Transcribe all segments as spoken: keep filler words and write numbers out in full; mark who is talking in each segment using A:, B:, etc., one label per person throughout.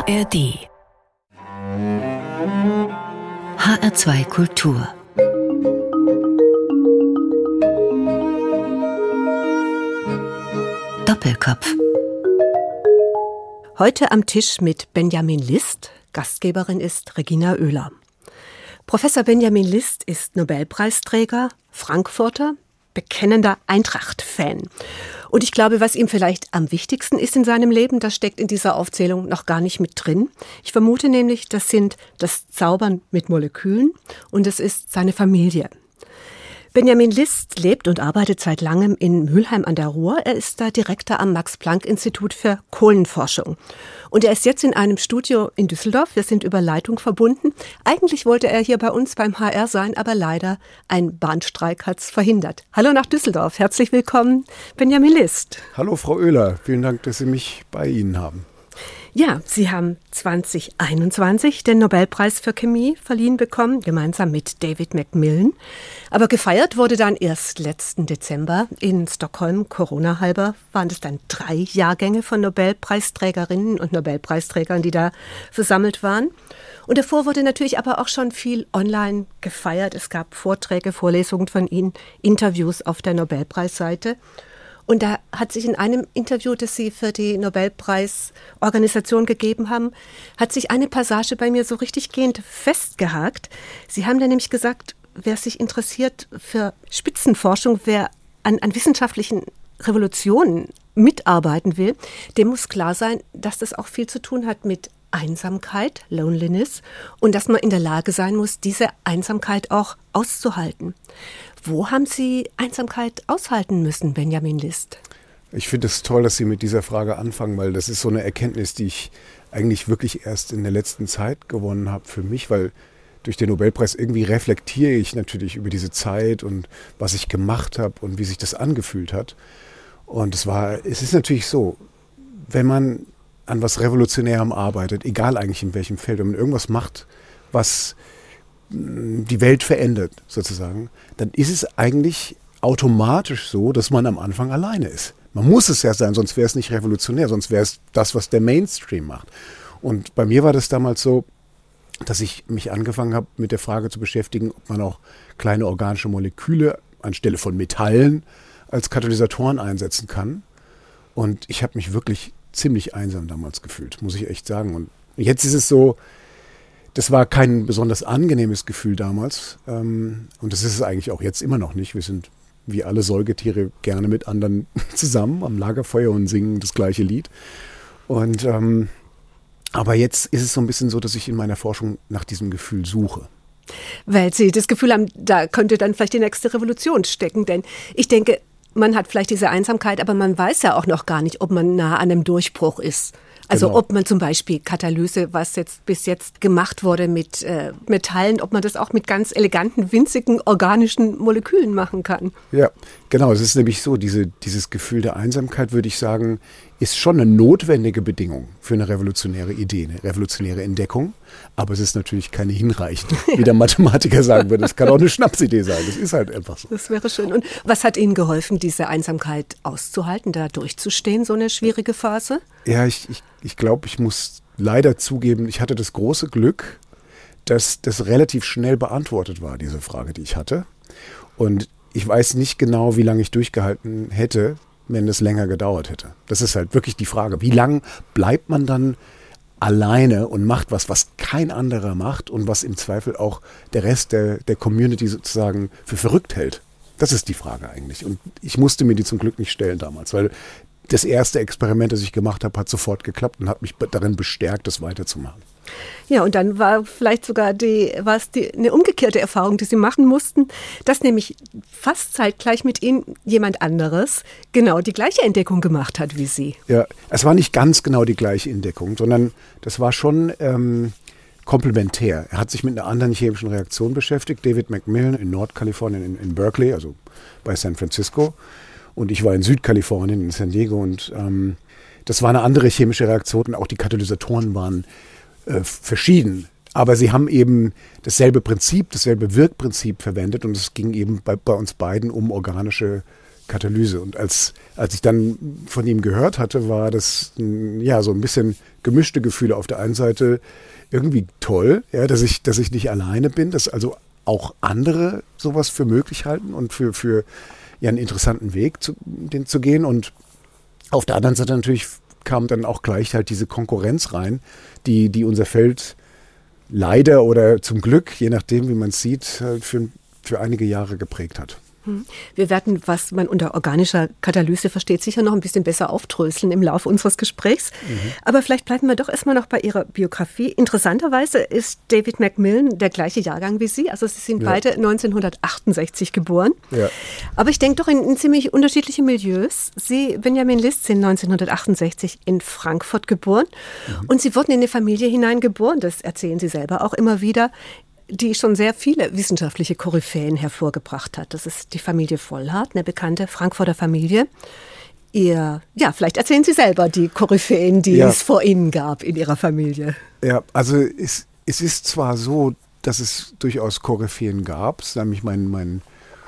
A: R D H R zwei Kultur Doppelkopf.
B: Heute am Tisch mit Benjamin List. Gastgeberin ist Regina Oehler. Professor Benjamin List ist Nobelpreisträger, Frankfurter, bekennender Eintracht-Fan. Und ich glaube, was ihm vielleicht am wichtigsten ist in seinem Leben, das steckt in dieser Aufzählung noch gar nicht mit drin. Ich vermute nämlich, das sind das Zaubern mit Molekülen und es ist seine Familie. Benjamin List lebt und arbeitet seit langem in Mülheim an der Ruhr. Er ist da Direktor am Max-Planck-Institut für Kohlenforschung. Und er ist jetzt in einem Studio in Düsseldorf. Wir sind über Leitung verbunden. Eigentlich wollte er hier bei uns beim H R sein, aber leider ein Bahnstreik hat es verhindert. Hallo nach Düsseldorf. Herzlich willkommen, Benjamin List.
C: Hallo Frau Oehler. Vielen Dank, dass Sie mich bei Ihnen haben.
B: Ja, Sie haben zwanzig einundzwanzig den Nobelpreis für Chemie verliehen bekommen, gemeinsam mit David Macmillan. Aber gefeiert wurde dann erst letzten Dezember in Stockholm. Corona halber waren es dann drei Jahrgänge von Nobelpreisträgerinnen und Nobelpreisträgern, die da versammelt waren. Und davor wurde natürlich aber auch schon viel online gefeiert. Es gab Vorträge, Vorlesungen von Ihnen, Interviews auf der Nobelpreisseite. Und da hat sich in einem Interview, das Sie für die Nobelpreisorganisation gegeben haben, hat sich eine Passage bei mir so richtig gehend festgehakt. Sie haben da nämlich gesagt, wer sich interessiert für Spitzenforschung, wer an, an wissenschaftlichen Revolutionen mitarbeiten will, dem muss klar sein, dass das auch viel zu tun hat mit Einsamkeit, Loneliness, und dass man in der Lage sein muss, diese Einsamkeit auch auszuhalten. Wo haben Sie Einsamkeit aushalten müssen, Benjamin List?
C: Ich finde es toll, dass Sie mit dieser Frage anfangen, weil das ist so eine Erkenntnis, die ich eigentlich wirklich erst in der letzten Zeit gewonnen habe für mich, weil durch den Nobelpreis irgendwie reflektiere ich natürlich über diese Zeit und was ich gemacht habe und wie sich das angefühlt hat. Und es war, es ist natürlich so, wenn man an was Revolutionärem arbeitet, egal eigentlich in welchem Feld, wenn man irgendwas macht, was die Welt verändert sozusagen, dann ist es eigentlich automatisch so, dass man am Anfang alleine ist. Man muss es ja sein, sonst wäre es nicht revolutionär, sonst wäre es das, was der Mainstream macht. Und bei mir war das damals so, dass ich mich angefangen habe, mit der Frage zu beschäftigen, ob man auch kleine organische Moleküle anstelle von Metallen als Katalysatoren einsetzen kann. Und ich habe mich wirklich ziemlich einsam damals gefühlt, muss ich echt sagen. Und jetzt ist es so, das war kein besonders angenehmes Gefühl damals. Und das ist es eigentlich auch jetzt immer noch nicht. Wir sind wie alle Säugetiere gerne mit anderen zusammen am Lagerfeuer und singen das gleiche Lied. Und ähm, aber jetzt ist es so ein bisschen so, dass ich in meiner Forschung nach diesem Gefühl suche.
B: Weil Sie das Gefühl haben, da könnte dann vielleicht die nächste Revolution stecken. Denn ich denke, man hat vielleicht diese Einsamkeit, aber man weiß ja auch noch gar nicht, ob man nah an einem Durchbruch ist. Also genau. Ob man zum Beispiel Katalyse, was jetzt bis jetzt gemacht wurde mit äh, Metallen, ob man das auch mit ganz eleganten, winzigen, organischen Molekülen machen kann.
C: Ja, genau. Es ist nämlich so, diese, dieses Gefühl der Einsamkeit, würde ich sagen, ist schon eine notwendige Bedingung für eine revolutionäre Idee, eine revolutionäre Entdeckung. Aber es ist natürlich keine hinreichende, wie der Mathematiker sagen würde. Es kann auch eine Schnapsidee sein. Das ist halt einfach so.
B: Das wäre schön. Und was hat Ihnen geholfen, diese Einsamkeit auszuhalten, da durchzustehen, so eine schwierige Phase?
C: Ja, ich, ich, ich glaube, ich muss leider zugeben, ich hatte das große Glück, dass das relativ schnell beantwortet war, diese Frage, die ich hatte. Und ich weiß nicht genau, wie lange ich durchgehalten hätte, wenn es länger gedauert hätte. Das ist halt wirklich die Frage. Wie lange bleibt man dann alleine und macht was, was kein anderer macht und was im Zweifel auch der Rest der, der Community sozusagen für verrückt hält? Das ist die Frage eigentlich. Und ich musste mir die zum Glück nicht stellen damals, weil das erste Experiment, das ich gemacht habe, hat sofort geklappt und hat mich darin bestärkt, das weiterzumachen.
B: Ja, und dann war vielleicht sogar die, war es die, eine umgekehrte Erfahrung, die Sie machen mussten, dass nämlich fast zeitgleich mit Ihnen jemand anderes genau die gleiche Entdeckung gemacht hat wie Sie.
C: Ja, es war nicht ganz genau die gleiche Entdeckung, sondern das war schon ähm, komplementär. Er hat sich mit einer anderen chemischen Reaktion beschäftigt, David Macmillan in Nordkalifornien, in, in Berkeley, also bei San Francisco. Und ich war in Südkalifornien, in San Diego. Und ähm, das war eine andere chemische Reaktion. Und auch die Katalysatoren waren äh, verschieden. Aber sie haben eben dasselbe Prinzip, dasselbe Wirkprinzip verwendet. Und es ging eben bei, bei uns beiden um organische Katalyse. Und als, als ich dann von ihm gehört hatte, war das ja so ein bisschen gemischte Gefühle. Auf der einen Seite irgendwie toll, ja, dass ich, dass ich nicht alleine bin, dass also auch andere sowas für möglich halten und für, für ja, einen interessanten Weg zu, den zu gehen. Und auf der anderen Seite natürlich kam dann auch gleich halt diese Konkurrenz rein, die, die unser Feld leider oder zum Glück, je nachdem, wie man es sieht, halt für, für einige Jahre geprägt hat.
B: Wir werden, was man unter organischer Katalyse versteht, sicher noch ein bisschen besser aufdröseln im Laufe unseres Gesprächs. Mhm. Aber vielleicht bleiben wir doch erstmal noch bei Ihrer Biografie. Interessanterweise ist David Macmillan der gleiche Jahrgang wie Sie. Also Sie sind ja. beide neunzehnhundertachtundsechzig geboren. Ja. Aber ich denke doch in, in ziemlich unterschiedliche Milieus. Sie, Benjamin List, sind neunzehnhundertachtundsechzig in Frankfurt geboren. Mhm. Und Sie wurden in eine Familie hineingeboren, das erzählen Sie selber auch immer wieder, die schon sehr viele wissenschaftliche Koryphäen hervorgebracht hat. Das ist die Familie Vollhardt, eine bekannte Frankfurter Familie. Ihr, ja, vielleicht erzählen Sie selber die Koryphäen, die ja. es vor Ihnen gab in Ihrer Familie.
C: Ja, also es, es ist zwar so, dass es durchaus Koryphäen gab, nämlich mein, mein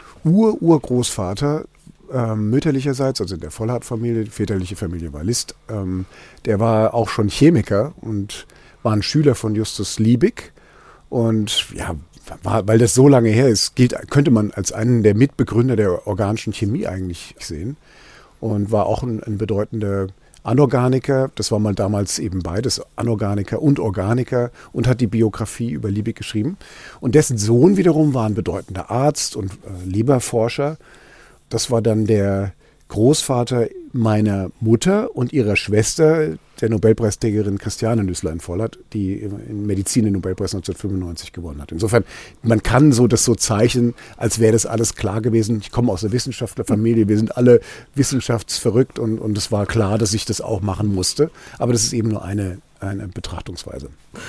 C: Ur-Urgroßvater ähm, mütterlicherseits, also der Vollhardt-Familie, die väterliche Familie war List, ähm, der war auch schon Chemiker und war ein Schüler von Justus Liebig. Und ja, war, weil das so lange her ist, gilt, könnte man als einen der Mitbegründer der organischen Chemie eigentlich sehen. Und war auch ein, ein bedeutender Anorganiker. Das war mal damals eben beides, Anorganiker und Organiker, und hat die Biografie über Liebig geschrieben. Und dessen Sohn wiederum war ein bedeutender Arzt und äh, Leberforscher. Das war dann der Großvater meiner Mutter und ihrer Schwester, der Nobelpreisträgerin Christiane Nüsslein-Vollhardt, die in Medizin den Nobelpreis neunzehnhundertfünfundneunzig gewonnen hat. Insofern, man kann so das so zeichnen, als wäre das alles klar gewesen. Ich komme aus der Wissenschaftlerfamilie, wir sind alle wissenschaftsverrückt und, und es war klar, dass ich das auch machen musste. Aber das ist eben nur eine, eine Betrachtungsweise.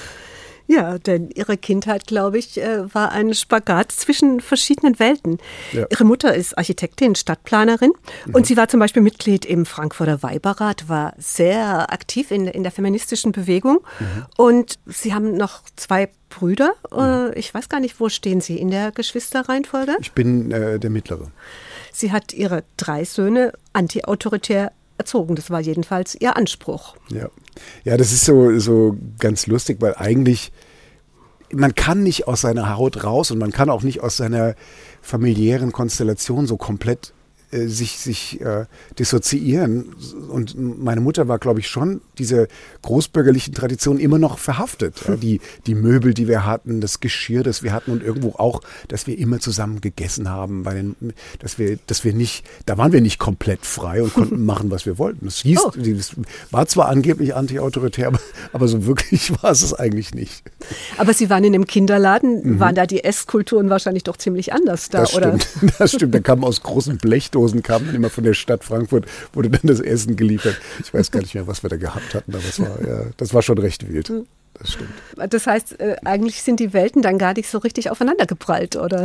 B: Ja, denn Ihre Kindheit, glaube ich, war ein Spagat zwischen verschiedenen Welten. Ja. Ihre Mutter ist Architektin, Stadtplanerin, mhm. und sie war zum Beispiel Mitglied im Frankfurter Weiberrat, war sehr aktiv in, in der feministischen Bewegung. Mhm. Und Sie haben noch zwei Brüder. Mhm. Ich weiß gar nicht, wo stehen Sie in der Geschwisterreihenfolge?
C: Ich bin äh, der Mittlere.
B: Sie hat ihre drei Söhne antiautoritär erzogen. Das war jedenfalls ihr Anspruch.
C: Ja, ja, das ist so, so ganz lustig, weil eigentlich man kann nicht aus seiner Haut raus und man kann auch nicht aus seiner familiären Konstellation so komplett äh, sich, sich äh, dissoziieren. Und meine Mutter war, glaube ich, schon dieser großbürgerlichen Tradition immer noch verhaftet. Ja, die, die Möbel, die wir hatten, das Geschirr, das wir hatten und irgendwo auch, dass wir immer zusammen gegessen haben, bei den, dass wir, dass wir nicht, da waren wir nicht komplett frei und konnten machen, was wir wollten. Das hieß, oh. das war zwar angeblich antiautoritär, aber, aber so wirklich war es es eigentlich nicht.
B: Aber Sie waren in einem Kinderladen, mhm. waren da die Esskulturen wahrscheinlich doch ziemlich anders da,
C: das
B: oder?
C: Stimmt, das stimmt. Da kamen aus großen Blechdosen, kamen dann immer von der Stadt Frankfurt, wurde dann das Essen geliefert. Ich weiß gar nicht mehr, was wir da gehabt hatten, aber es war, ja, das war schon recht wild. Das stimmt.
B: Das heißt, äh, eigentlich sind die Welten dann gar nicht so richtig aufeinander geprallt, oder?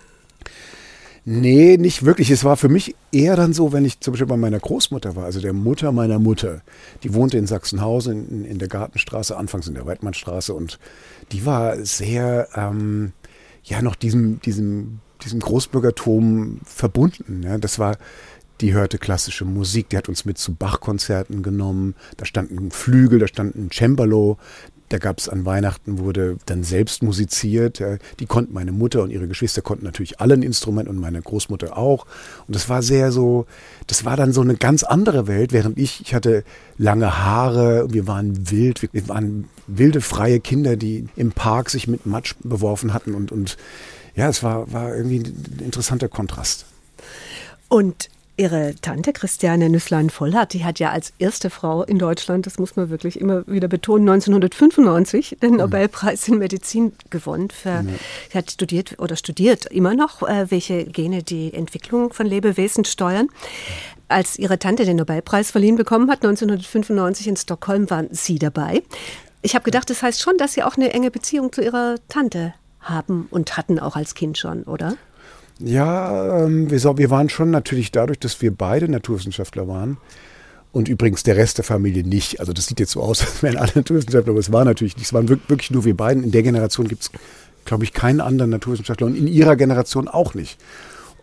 C: Nee, nicht wirklich. Es war für mich eher dann so, wenn ich zum Beispiel bei meiner Großmutter war, also der Mutter meiner Mutter. Die wohnte in Sachsenhausen in, in der Gartenstraße, anfangs in der Weidmannstraße, und die war sehr, ähm, ja, noch diesem, diesem, diesem Großbürgertum verbunden. Ja. Das war, die hörte klassische Musik, die hat uns mit zu Bach-Konzerten genommen. Da stand ein Flügel, da stand ein Cembalo. Da gab es an Weihnachten, wurde dann selbst musiziert. Die konnten, meine Mutter und ihre Geschwister konnten natürlich alle ein Instrument und meine Großmutter auch. Und das war sehr so, das war dann so eine ganz andere Welt, während ich, ich hatte lange Haare, wir waren wild, wir waren wilde, freie Kinder, die im Park sich mit Matsch beworfen hatten. Und, und ja, es war, war irgendwie ein interessanter Kontrast.
B: Und Ihre Tante Christiane Nüsslein-Vollhardt, die hat ja als erste Frau in Deutschland, das muss man wirklich immer wieder betonen, neunzehnhundertfünfundneunzig den Nobelpreis in Medizin gewonnen. Für, ja. Sie hat studiert oder studiert immer noch, äh, welche Gene die Entwicklung von Lebewesen steuern. Als ihre Tante den Nobelpreis verliehen bekommen hat, neunzehnhundertfünfundneunzig in Stockholm, waren Sie dabei. Ich habe gedacht, das heißt schon, dass Sie auch eine enge Beziehung zu Ihrer Tante haben und hatten, auch als Kind schon, oder?
C: Ja, ähm, wir, wir waren schon natürlich dadurch, dass wir beide Naturwissenschaftler waren und übrigens der Rest der Familie nicht. Also das sieht jetzt so aus, als wären alle Naturwissenschaftler, aber es war natürlich nicht. Es waren wirklich nur wir beiden. In der Generation gibt es, glaube ich, keinen anderen Naturwissenschaftler und in ihrer Generation auch nicht.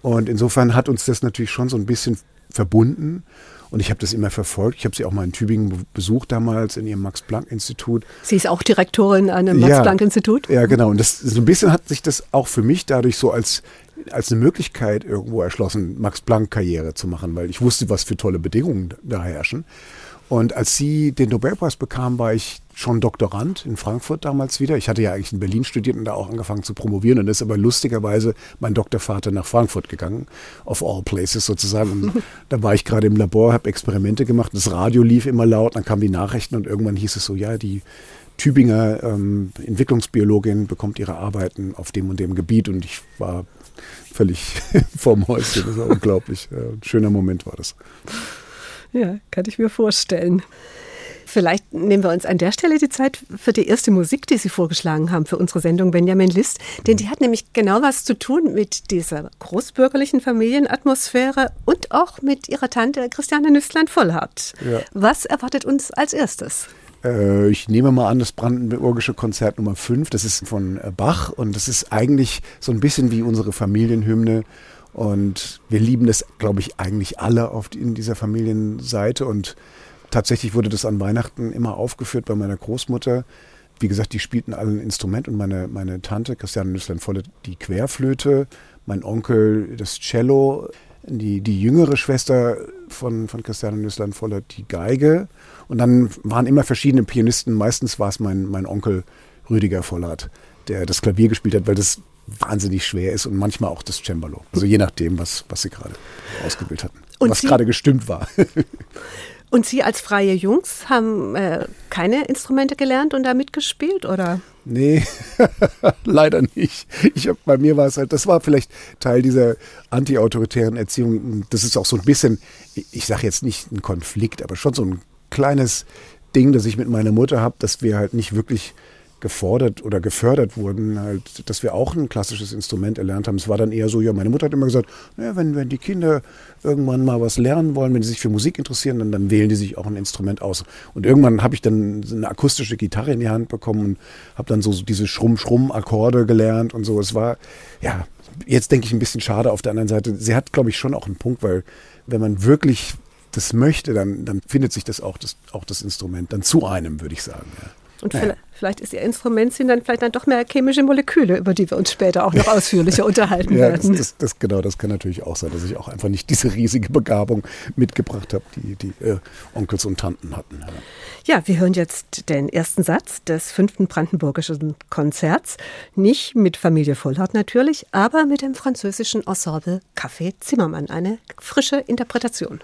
C: Und insofern hat uns das natürlich schon so ein bisschen verbunden. Und ich habe das immer verfolgt. Ich habe sie auch mal in Tübingen besucht damals in ihrem Max-Planck-Institut.
B: Sie ist auch Direktorin an einem
C: Ja,
B: Max-Planck-Institut?
C: Ja, genau. Und das, so ein bisschen hat sich das auch für mich dadurch so als, als eine Möglichkeit irgendwo erschlossen, Max-Planck-Karriere zu machen, weil ich wusste, was für tolle Bedingungen da herrschen. Und als sie den Nobelpreis bekam, war ich schon Doktorand in Frankfurt damals wieder. Ich hatte ja eigentlich in Berlin studiert und da auch angefangen zu promovieren. Und da ist aber lustigerweise mein Doktorvater nach Frankfurt gegangen, of all places sozusagen. Und da war ich gerade im Labor, habe Experimente gemacht. Das Radio lief immer laut, dann kamen die Nachrichten und irgendwann hieß es so, ja, die Tübinger ähm, Entwicklungsbiologin bekommt ihre Arbeiten auf dem und dem Gebiet. Und ich war völlig vorm Häuschen. Das war unglaublich. Ein schöner Moment war das.
B: Ja, kann ich mir vorstellen. Vielleicht nehmen wir uns an der Stelle die Zeit für die erste Musik, die Sie vorgeschlagen haben für unsere Sendung Benjamin List. Denn die hat nämlich genau was zu tun mit dieser großbürgerlichen Familienatmosphäre und auch mit ihrer Tante Christiane Nüstlein-Vollhardt.
C: Ja.
B: Was erwartet uns als erstes?
C: Äh, ich nehme mal an, das Brandenburgische Konzert Nummer fünf, das ist von Bach und das ist eigentlich so ein bisschen wie unsere Familienhymne. Und wir lieben das, glaube ich, eigentlich alle auf die, in dieser Familienseite. Und tatsächlich wurde das an Weihnachten immer aufgeführt bei meiner Großmutter. Wie gesagt, die spielten alle ein Instrument und meine, meine Tante, Christiane Nüstlein-Vollhardt, die Querflöte, mein Onkel das Cello, die, die jüngere Schwester von, von Christiane Nüstlein-Vollhardt die Geige. Und dann waren immer verschiedene Pianisten. Meistens war es mein, mein Onkel Rüdiger Vollhardt, der das Klavier gespielt hat, weil das wahnsinnig schwer ist und manchmal auch das Cembalo. Also je nachdem, was, was sie gerade ausgewählt hatten. Und was Sie, gerade gestimmt war.
B: Und Sie als freie Jungs haben äh, keine Instrumente gelernt und da mitgespielt, oder?
C: Nee, leider nicht. Ich hab, bei mir war es halt, das war vielleicht Teil dieser anti-autoritären Erziehung. Das ist auch so ein bisschen, ich sage jetzt nicht ein Konflikt, aber schon so ein kleines Ding, das ich mit meiner Mutter habe, dass wir halt nicht wirklich gefordert oder gefördert wurden, halt, dass wir auch ein klassisches Instrument erlernt haben. Es war dann eher so, ja, meine Mutter hat immer gesagt, ja, wenn, wenn die Kinder irgendwann mal was lernen wollen, wenn sie sich für Musik interessieren, dann, dann wählen die sich auch ein Instrument aus. Und irgendwann habe ich dann eine akustische Gitarre in die Hand bekommen und habe dann so, so diese Schrumm-Schrumm-Akkorde gelernt und so. Es war, ja, jetzt denke ich ein bisschen schade auf der anderen Seite. Sie hat, glaube ich, schon auch einen Punkt, weil wenn man wirklich das möchte, dann, dann findet sich das auch, das auch das Instrument dann zu einem, würde ich sagen, ja.
B: Und
C: naja.
B: vielleicht ist Ihr Instrument sind dann vielleicht dann doch mehr chemische Moleküle, über die wir uns später auch noch ausführlicher unterhalten
C: ja,
B: werden.
C: Das, das, das, genau, das kann natürlich auch sein, dass ich auch einfach nicht diese riesige Begabung mitgebracht habe, die die äh, Onkels und Tanten hatten.
B: Ja. ja, wir hören jetzt den ersten Satz des fünften Brandenburgischen Konzerts. Nicht mit Familie Vollhardt natürlich, aber mit dem französischen Ensemble Café Zimmermann. Eine frische Interpretation.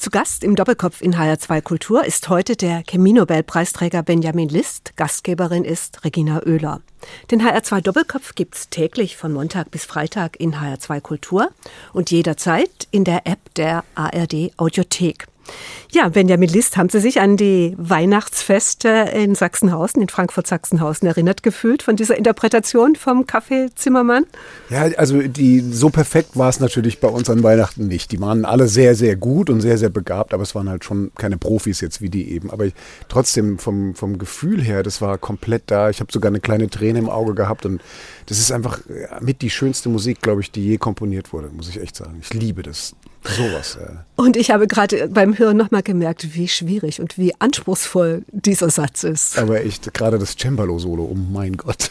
B: Zu Gast im Doppelkopf in H R zwei Kultur ist heute der Chemie-Nobelpreisträger Benjamin List. Gastgeberin ist Regina Oehler. Den H R zwei Doppelkopf gibt's täglich von Montag bis Freitag in H R zwei Kultur und jederzeit in der App der A R D Audiothek. Ja, Benjamin List, haben Sie sich an die Weihnachtsfeste in Sachsenhausen, in Frankfurt-Sachsenhausen erinnert gefühlt von dieser Interpretation vom Café Zimmermann?
C: Ja, also die, so perfekt war es natürlich bei uns an Weihnachten nicht. Die waren alle sehr, sehr gut und sehr, sehr begabt, aber es waren halt schon keine Profis jetzt wie die eben. Aber ich, trotzdem vom, vom Gefühl her, das war komplett da. Ich habe sogar eine kleine Träne im Auge gehabt und das ist einfach mit die schönste Musik, glaube ich, die je komponiert wurde, muss ich echt sagen. Ich liebe das. Sowas, ja.
B: Und ich habe gerade beim Hören nochmal gemerkt, wie schwierig und wie anspruchsvoll dieser Satz ist.
C: Aber echt, gerade das Cembalo-Solo, oh mein Gott.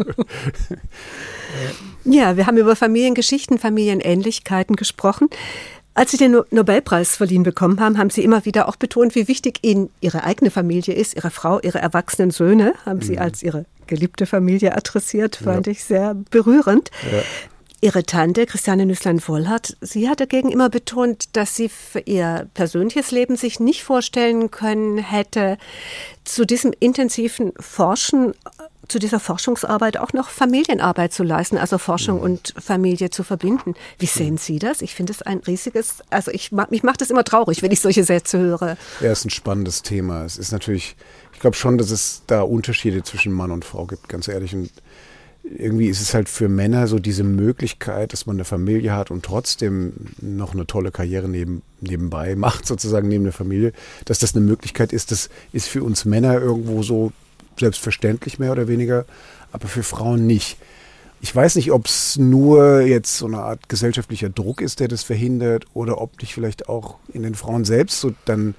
B: Ja, wir haben über Familiengeschichten, Familienähnlichkeiten gesprochen. Als Sie den Nobelpreis verliehen bekommen haben, haben Sie immer wieder auch betont, wie wichtig Ihnen Ihre eigene Familie ist, Ihre Frau, Ihre erwachsenen Söhne, haben Sie mhm. als Ihre geliebte Familie adressiert, fand ja. ich sehr berührend. Ja. Ihre Tante, Christiane Nüßlein-Volhard, sie hat dagegen immer betont, dass sie für ihr persönliches Leben sich nicht vorstellen können hätte, zu diesem intensiven Forschen, zu dieser Forschungsarbeit auch noch Familienarbeit zu leisten, also Forschung mhm. und Familie zu verbinden. Wie sehen Sie das? Ich finde es ein riesiges, also ich, mich macht es immer traurig, wenn ich solche Sätze höre.
C: Ja, es ist ein spannendes Thema. Es ist natürlich, ich glaube schon, dass es da Unterschiede zwischen Mann und Frau gibt, ganz ehrlich. Und irgendwie ist es halt für Männer so diese Möglichkeit, dass man eine Familie hat und trotzdem noch eine tolle Karriere neben, nebenbei macht, sozusagen neben der Familie, dass das eine Möglichkeit ist. Das ist für uns Männer irgendwo so selbstverständlich mehr oder weniger, aber für Frauen nicht. Ich weiß nicht, ob es nur jetzt so eine Art gesellschaftlicher Druck ist, der das verhindert, oder ob nicht vielleicht auch in den Frauen selbst so dann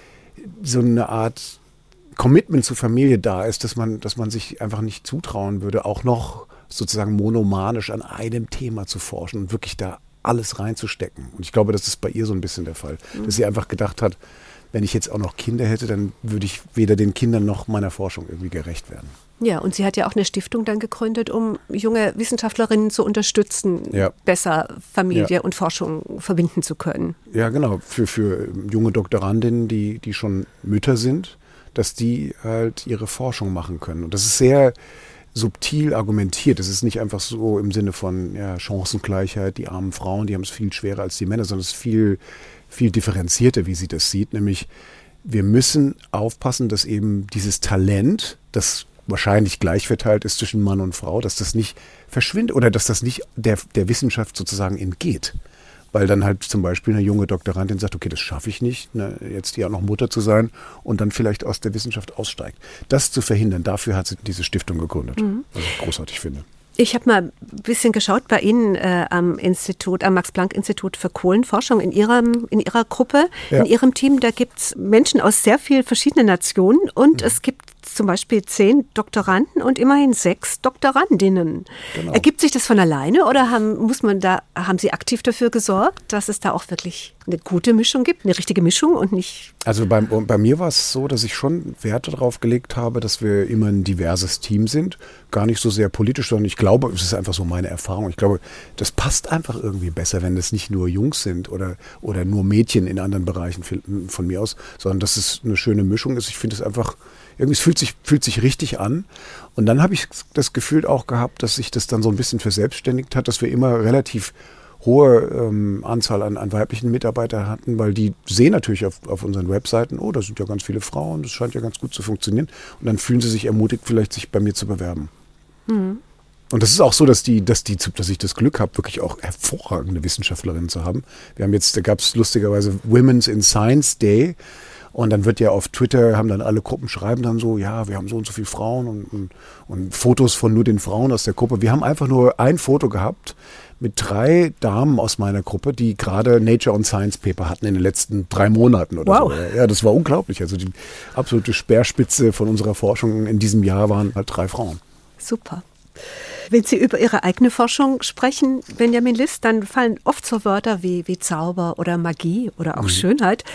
C: so eine Art Commitment zur Familie da ist, dass man, dass man sich einfach nicht zutrauen würde, auch noch sozusagen monomanisch an einem Thema zu forschen und wirklich da alles reinzustecken. Und ich glaube, das ist bei ihr so ein bisschen der Fall, mhm. dass sie einfach gedacht hat, wenn ich jetzt auch noch Kinder hätte, dann würde ich weder den Kindern noch meiner Forschung irgendwie gerecht werden.
B: Ja, und sie hat ja auch eine Stiftung dann gegründet, um junge Wissenschaftlerinnen zu unterstützen, ja. besser Familie ja. und Forschung verbinden zu können.
C: Ja, genau. Für, für junge Doktorandinnen, die, die schon Mütter sind, dass die halt ihre Forschung machen können. Und das ist sehr subtil argumentiert. Es ist nicht einfach so im Sinne von ja, Chancengleichheit, die armen Frauen, die haben es viel schwerer als die Männer, sondern es ist viel, viel differenzierter, wie sie das sieht. Nämlich, wir müssen aufpassen, dass eben dieses Talent, das wahrscheinlich gleich verteilt ist zwischen Mann und Frau, dass das nicht verschwindet oder dass das nicht der, der Wissenschaft sozusagen entgeht. Weil dann halt zum Beispiel eine junge Doktorandin sagt, okay, das schaffe ich nicht, ne, jetzt ja noch Mutter zu sein und dann vielleicht aus der Wissenschaft aussteigt. Das zu verhindern, dafür hat sie diese Stiftung gegründet, mhm. was ich großartig finde.
B: Ich habe mal ein bisschen geschaut bei Ihnen äh, am Institut, am Max-Planck-Institut für Kohlenforschung, in, Ihrem, in Ihrer Gruppe, ja. in Ihrem Team. Da gibt es Menschen aus sehr vielen verschiedenen Nationen und mhm. es gibt zum Beispiel zehn Doktoranden und immerhin sechs Doktorandinnen. Genau. Ergibt sich das von alleine oder haben, muss man da, haben Sie aktiv dafür gesorgt, dass es da auch wirklich eine gute Mischung gibt, eine richtige Mischung und nicht...
C: Also bei, bei mir war es so, dass ich schon Wert darauf gelegt habe, dass wir immer ein diverses Team sind. Gar nicht so sehr politisch, sondern ich glaube, es ist einfach so meine Erfahrung. Ich glaube, das passt einfach irgendwie besser, wenn es nicht nur Jungs sind oder, oder nur Mädchen in anderen Bereichen von mir aus, sondern dass es eine schöne Mischung ist. Ich finde es einfach... Irgendwie, es fühlt sich, fühlt sich richtig an. Und dann habe ich das Gefühl auch gehabt, dass sich das dann so ein bisschen verselbstständigt hat, dass wir immer relativ hohe ähm, Anzahl an, an weiblichen Mitarbeitern hatten, weil die sehen natürlich auf, auf unseren Webseiten, oh, da sind ja ganz viele Frauen, das scheint ja ganz gut zu funktionieren. Und dann fühlen sie sich ermutigt, vielleicht sich bei mir zu bewerben. Mhm. Und das ist auch so, dass die, dass die, dass ich das Glück habe, wirklich auch hervorragende Wissenschaftlerinnen zu haben. Wir haben jetzt, da gab es lustigerweise Women's in Science Day. Und dann wird ja auf Twitter, haben dann alle Gruppen schreiben dann so, ja, wir haben so und so viele Frauen und, und, und Fotos von nur den Frauen aus der Gruppe. Wir haben einfach nur ein Foto gehabt mit drei Damen aus meiner Gruppe, die gerade Nature und Science Paper hatten in den letzten drei Monaten oder wow. so. Ja, das war unglaublich. Also die absolute Speerspitze von unserer Forschung in diesem Jahr waren halt drei Frauen.
B: Super. Wenn Sie über Ihre eigene Forschung sprechen, Benjamin List, dann fallen oft so Wörter wie, wie Zauber oder Magie oder auch mhm. Schönheit.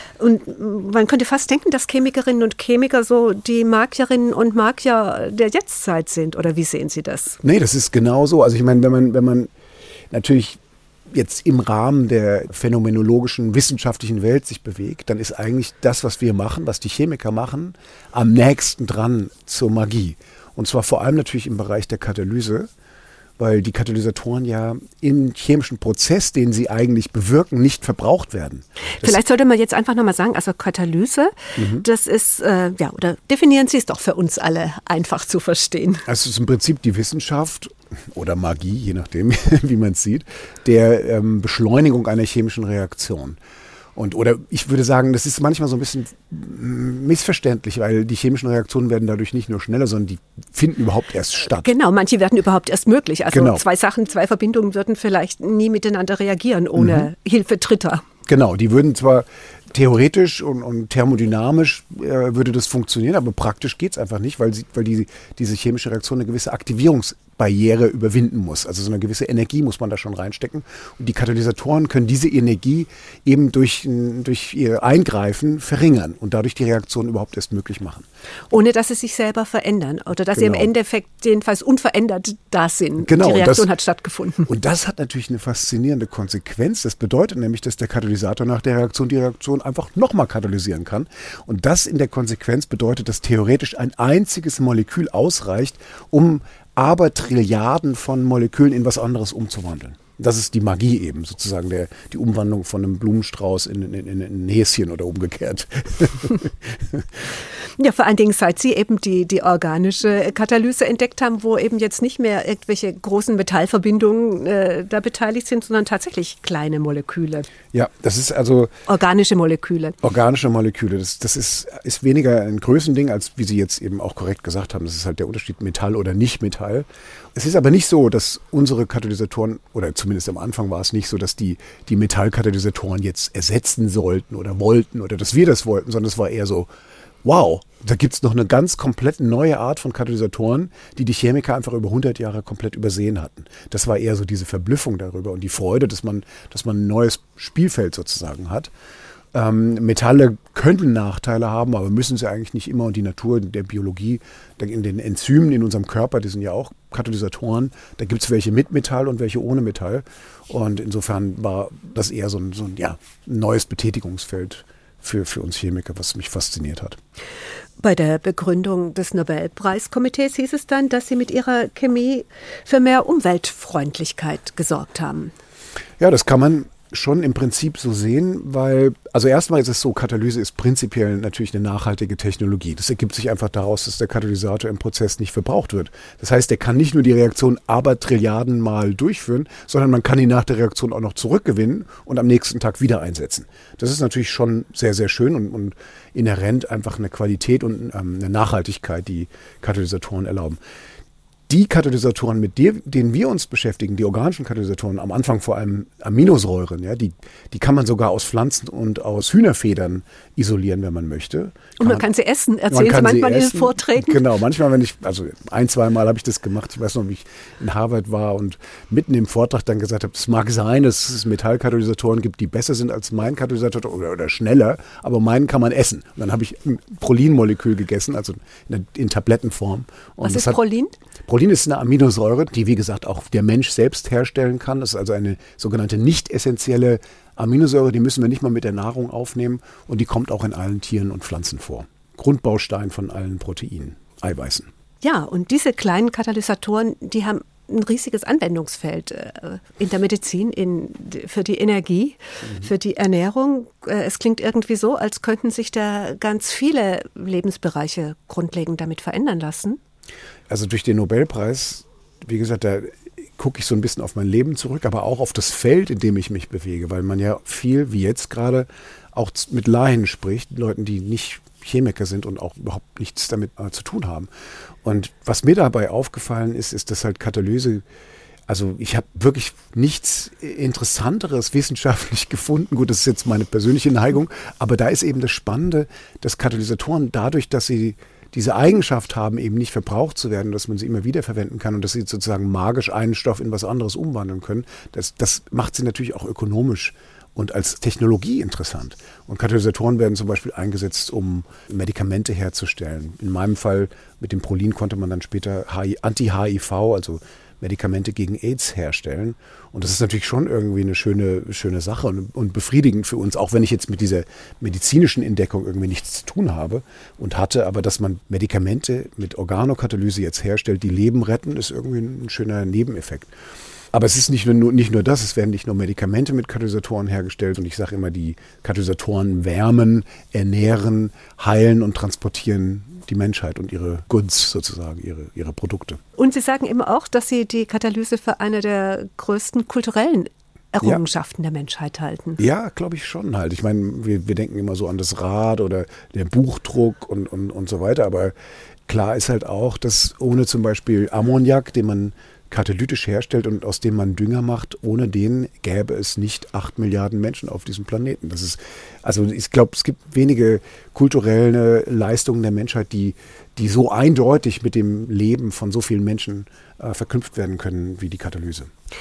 B: Und man könnte fast denken, dass Chemikerinnen und Chemiker so die Magierinnen und Magier der Jetztzeit sind. Oder wie sehen Sie das?
C: Nee, das ist genau so. Also ich meine, wenn man, wenn man natürlich jetzt im Rahmen der phänomenologischen, wissenschaftlichen Welt sich bewegt, dann ist eigentlich das, was wir machen, was die Chemiker machen, am nächsten dran zur Magie. Und zwar vor allem natürlich im Bereich der Katalyse, weil die Katalysatoren ja im chemischen Prozess, den sie eigentlich bewirken, nicht verbraucht werden. Das
B: Vielleicht sollte man jetzt einfach nochmal sagen, also Katalyse, mhm. das ist, äh, ja, oder definieren Sie es doch für uns alle einfach zu verstehen.
C: Also es ist im Prinzip die Wissenschaft oder Magie, je nachdem, wie man es sieht, der ähm, Beschleunigung einer chemischen Reaktion. Und, oder ich würde sagen, das ist manchmal so ein bisschen missverständlich, weil die chemischen Reaktionen werden dadurch nicht nur schneller, sondern die finden überhaupt erst statt.
B: Genau, manche werden überhaupt erst möglich. Also
C: genau.
B: zwei Sachen, zwei Verbindungen würden vielleicht nie miteinander reagieren ohne mhm. Hilfe Dritter.
C: Genau, die würden zwar theoretisch und, und thermodynamisch äh, würde das funktionieren, aber praktisch geht es einfach nicht, weil, sie, weil die, diese chemische Reaktion eine gewisse Aktivierungsbarriere überwinden muss. Also so eine gewisse Energie muss man da schon reinstecken. Und die Katalysatoren können diese Energie eben durch, durch ihr Eingreifen verringern und dadurch die Reaktion überhaupt erst möglich machen.
B: Ohne dass sie sich selber verändern oder dass
C: genau.
B: sie im Endeffekt jedenfalls unverändert da sind.
C: Genau.
B: Die Reaktion
C: das,
B: hat stattgefunden.
C: Und das hat natürlich eine faszinierende Konsequenz. Das bedeutet nämlich, dass der Katalysator nach der Reaktion die Reaktion einfach nochmal katalysieren kann. Und das in der Konsequenz bedeutet, dass theoretisch ein einziges Molekül ausreicht, um Abertrilliarden von Molekülen in was anderes umzuwandeln. Das ist die Magie eben, sozusagen der, die Umwandlung von einem Blumenstrauß in, in, in ein Häschen oder umgekehrt.
B: Ja, vor allen Dingen, seit Sie eben die, die organische Katalyse entdeckt haben, wo eben jetzt nicht mehr irgendwelche großen Metallverbindungen äh, da beteiligt sind, sondern tatsächlich kleine Moleküle.
C: Ja, das ist also...
B: Organische Moleküle.
C: Organische Moleküle, das, das ist, ist weniger ein Größending, als wie Sie jetzt eben auch korrekt gesagt haben. Das ist halt der Unterschied Metall oder Nicht-Metall. Es ist aber nicht so, dass unsere Katalysatoren, oder zumindest am Anfang war es nicht so, dass die, die Metallkatalysatoren jetzt ersetzen sollten oder wollten oder dass wir das wollten, sondern es war eher so, wow, da gibt es noch eine ganz komplett neue Art von Katalysatoren, die die Chemiker einfach über hundert Jahre komplett übersehen hatten. Das war eher so diese Verblüffung darüber und die Freude, dass man, dass man ein neues Spielfeld sozusagen hat. Ähm, Metalle könnten Nachteile haben, aber müssen sie eigentlich nicht immer. Und die Natur der Biologie, in den Enzymen in unserem Körper, die sind ja auch Katalysatoren. Da gibt es welche mit Metall und welche ohne Metall. Und insofern war das eher so ein, so ein ja, neues Betätigungsfeld für, für uns Chemiker, was mich fasziniert hat.
B: Bei der Begründung des Nobelpreiskomitees hieß es dann, dass Sie mit Ihrer Chemie für mehr Umweltfreundlichkeit gesorgt haben.
C: Ja, das kann man schon im Prinzip so sehen, weil, also erstmal ist es so, Katalyse ist prinzipiell natürlich eine nachhaltige Technologie. Das ergibt sich einfach daraus, dass der Katalysator im Prozess nicht verbraucht wird. Das heißt, der kann nicht nur die Reaktion aber Trilliarden Mal durchführen, sondern man kann ihn nach der Reaktion auch noch zurückgewinnen und am nächsten Tag wieder einsetzen. Das ist natürlich schon sehr, sehr schön und, und inhärent einfach eine Qualität und ähm, eine Nachhaltigkeit, die Katalysatoren erlauben. Die Katalysatoren, mit denen wir uns beschäftigen, die organischen Katalysatoren, am Anfang vor allem Aminosäuren, ja, die, die kann man sogar aus Pflanzen und aus Hühnerfedern isolieren, wenn man möchte. Kann
B: und man,
C: man
B: kann sie essen, erzählen Sie manchmal in den Vorträgen.
C: Genau, manchmal, wenn ich, also ein, zwei Mal habe ich das gemacht. Ich weiß noch, wie ich in Harvard war und mitten im Vortrag dann gesagt habe, es mag sein, dass es Metallkatalysatoren gibt, die besser sind als mein Katalysator oder, oder schneller, aber meinen kann man essen. Und dann habe ich ein Prolinmolekül gegessen, also in, in Tablettenform. Und
B: Was ist
C: hat,
B: Prolin?
C: Prolin ist eine Aminosäure, die wie gesagt auch der Mensch selbst herstellen kann. Das ist also eine sogenannte nicht essentielle Aminosäure, die müssen wir nicht mal mit der Nahrung aufnehmen und die kommt auch in allen Tieren und Pflanzen vor. Grundbaustein von allen Proteinen, Eiweißen.
B: Ja, und diese kleinen Katalysatoren, die haben ein riesiges Anwendungsfeld äh, in der Medizin, in, für die Energie, mhm. für die Ernährung. Äh, es klingt irgendwie so, als könnten sich da ganz viele Lebensbereiche grundlegend damit verändern lassen.
C: Also durch den Nobelpreis, wie gesagt, da gucke ich so ein bisschen auf mein Leben zurück, aber auch auf das Feld, in dem ich mich bewege, weil man ja viel, wie jetzt gerade, auch mit Laien spricht, Leuten, die nicht Chemiker sind und auch überhaupt nichts damit äh, zu tun haben. Und was mir dabei aufgefallen ist, ist, dass halt Katalyse, also ich habe wirklich nichts Interessanteres wissenschaftlich gefunden. Gut, das ist jetzt meine persönliche Neigung, aber da ist eben das Spannende, dass Katalysatoren dadurch, dass sie diese Eigenschaft haben, eben nicht verbraucht zu werden, dass man sie immer wieder verwenden kann und dass sie sozusagen magisch einen Stoff in was anderes umwandeln können, das, das macht sie natürlich auch ökonomisch und als Technologie interessant. Und Katalysatoren werden zum Beispiel eingesetzt, um Medikamente herzustellen. In meinem Fall mit dem Prolin konnte man dann später Anti-H I V, also Medikamente gegen AIDS herstellen. Und das ist natürlich schon irgendwie eine schöne, schöne Sache und, und befriedigend für uns, auch wenn ich jetzt mit dieser medizinischen Entdeckung irgendwie nichts zu tun habe und hatte. Aber dass man Medikamente mit Organokatalyse jetzt herstellt, die Leben retten, ist irgendwie ein schöner Nebeneffekt. Aber es ist nicht nur, nicht nur das, es werden nicht nur Medikamente mit Katalysatoren hergestellt und ich sage immer, die Katalysatoren wärmen, ernähren, heilen und transportieren die Menschheit und ihre Goods sozusagen, ihre, ihre Produkte.
B: Und Sie sagen immer auch, dass Sie die Katalyse für eine der größten kulturellen Errungenschaften ja. der Menschheit halten.
C: Ja, glaube ich schon halt. Ich meine, wir, wir denken immer so an das Rad oder der Buchdruck und, und, und so weiter, aber klar ist halt auch, dass ohne zum Beispiel Ammoniak, den man katalytisch herstellt und aus dem man Dünger macht, ohne den gäbe es nicht acht Milliarden Menschen auf diesem Planeten. Das ist, also ich glaube, es gibt wenige kulturelle Leistungen der Menschheit, die, die so eindeutig mit dem Leben von so vielen Menschen äh, verknüpft werden können wie die Katalyse.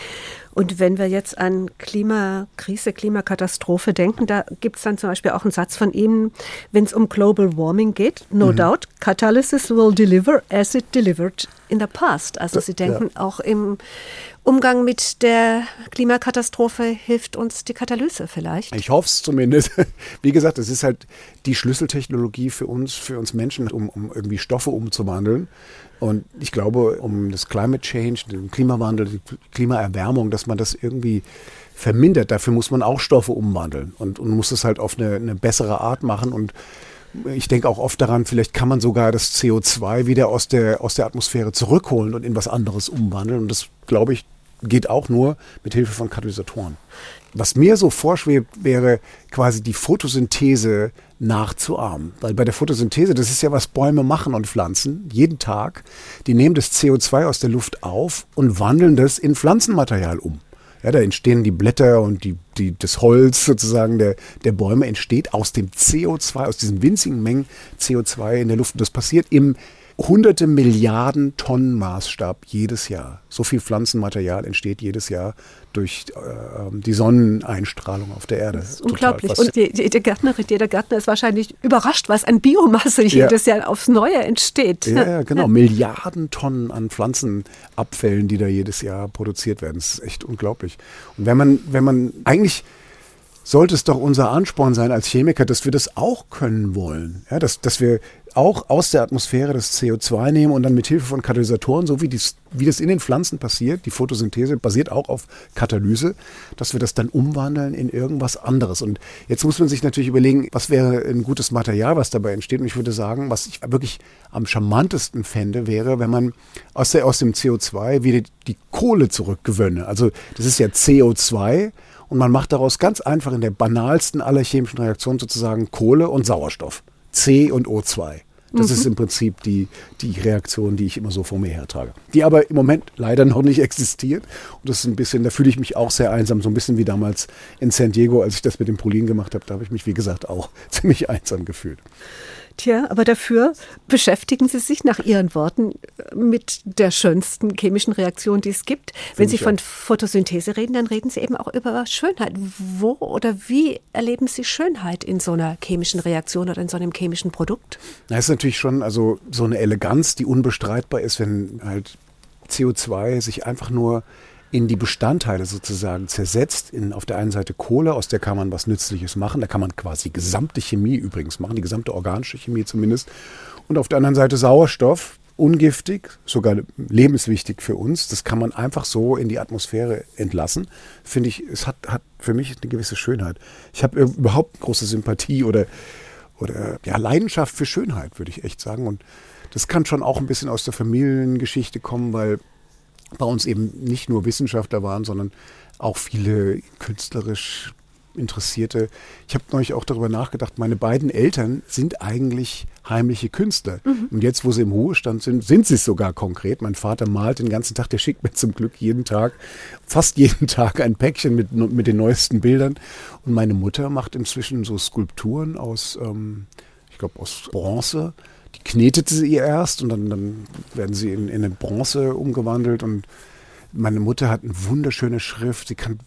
B: Und wenn wir jetzt an Klimakrise, Klimakatastrophe denken, da gibt es dann zum Beispiel auch einen Satz von Ihnen, wenn es um Global Warming geht, no mhm. doubt, Catalysis will deliver as it delivered in the past. Also Sie denken ja. auch im Umgang mit der Klimakatastrophe hilft uns die Katalyse vielleicht.
C: Ich hoffe es zumindest. Wie gesagt, es ist halt die Schlüsseltechnologie für uns, für uns Menschen, um, um irgendwie Stoffe umzuwandeln. Und ich glaube, um das Climate Change, den Klimawandel, die Klimaerwärmung, dass man das irgendwie vermindert, dafür muss man auch Stoffe umwandeln und, und muss es halt auf eine, eine bessere Art machen. Und ich denke auch oft daran, vielleicht kann man sogar das C O zwei wieder aus der, aus der Atmosphäre zurückholen und in was anderes umwandeln. Und das, glaube ich, geht auch nur mit Hilfe von Katalysatoren. Was mir so vorschwebt, wäre quasi die Photosynthese nachzuahmen. Weil bei der Photosynthese, das ist ja, was Bäume machen und Pflanzen, jeden Tag. Die nehmen das C O zwei aus der Luft auf und wandeln das in Pflanzenmaterial um. Ja, da entstehen die Blätter und die, die, das Holz sozusagen der, der Bäume entsteht aus dem C O zwei, aus diesen winzigen Mengen C O zwei in der Luft. Und das passiert im hunderte Milliarden Tonnen Maßstab jedes Jahr. So viel Pflanzenmaterial entsteht jedes Jahr durch äh, die Sonneneinstrahlung auf der Erde.
B: Das ist unglaublich. Und die, jede Gärtnerin, jeder Gärtner ist wahrscheinlich überrascht, was an Biomasse ja. jedes Jahr aufs Neue entsteht.
C: Ja, ja genau. Ja. Milliarden Tonnen an Pflanzenabfällen, die da jedes Jahr produziert werden. Das ist echt unglaublich. Und wenn man, wenn man eigentlich sollte es doch unser Ansporn sein als Chemiker, dass wir das auch können wollen. Ja, dass, dass wir auch aus der Atmosphäre das C O zwei nehmen und dann mit Hilfe von Katalysatoren, so wie, dies, wie das in den Pflanzen passiert, die Photosynthese basiert auch auf Katalyse, dass wir das dann umwandeln in irgendwas anderes. Und jetzt muss man sich natürlich überlegen, was wäre ein gutes Material, was dabei entsteht. Und ich würde sagen, was ich wirklich am charmantesten fände, wäre, wenn man aus, der, aus dem C O zwei wieder die Kohle zurückgewönne. Also das ist ja C O zwei. Und man macht daraus ganz einfach in der banalsten aller chemischen Reaktionen sozusagen Kohle und Sauerstoff. C und O zwei. Das mhm. ist im Prinzip die, die Reaktion, die ich immer so vor mir hertrage. Die aber im Moment leider noch nicht existiert. Und das ist ein bisschen, da fühle ich mich auch sehr einsam. So ein bisschen wie damals in San Diego, als ich das mit dem Prolin gemacht habe. Da habe ich mich, wie gesagt, auch ziemlich einsam gefühlt.
B: Tja, aber dafür beschäftigen Sie sich nach Ihren Worten mit der schönsten chemischen Reaktion, die es gibt. Find Wenn Sie von auch. Photosynthese reden, dann reden Sie eben auch über Schönheit. Wo oder wie erleben Sie Schönheit in so einer chemischen Reaktion oder in so einem chemischen Produkt?
C: Das ist natürlich schon also so eine Eleganz, die unbestreitbar ist, wenn halt C O zwei sich einfach nur in die Bestandteile sozusagen zersetzt. In, auf der einen Seite Kohle, aus der kann man was Nützliches machen. Da kann man quasi gesamte Chemie übrigens machen, die gesamte organische Chemie zumindest. Und auf der anderen Seite Sauerstoff, ungiftig, sogar lebenswichtig für uns. Das kann man einfach so in die Atmosphäre entlassen. Finde ich, es hat, hat für mich eine gewisse Schönheit. Ich habe überhaupt große Sympathie oder, oder ja, Leidenschaft für Schönheit, würde ich echt sagen. Und das kann schon auch ein bisschen aus der Familiengeschichte kommen, weil bei uns eben nicht nur Wissenschaftler waren, sondern auch viele künstlerisch Interessierte. Ich habe neulich auch darüber nachgedacht, meine beiden Eltern sind eigentlich heimliche Künstler. Mhm. Und jetzt, wo sie im Ruhestand sind, sind sie es sogar konkret. Mein Vater malt den ganzen Tag, der schickt mir zum Glück jeden Tag, fast jeden Tag ein Päckchen mit, mit den neuesten Bildern. Und meine Mutter macht inzwischen so Skulpturen aus, ähm, ich glaube, aus Bronze. Die knetet sie erst und dann, dann werden sie in, in eine Bronze umgewandelt. Und meine Mutter hat eine wunderschöne Schrift. Sie kann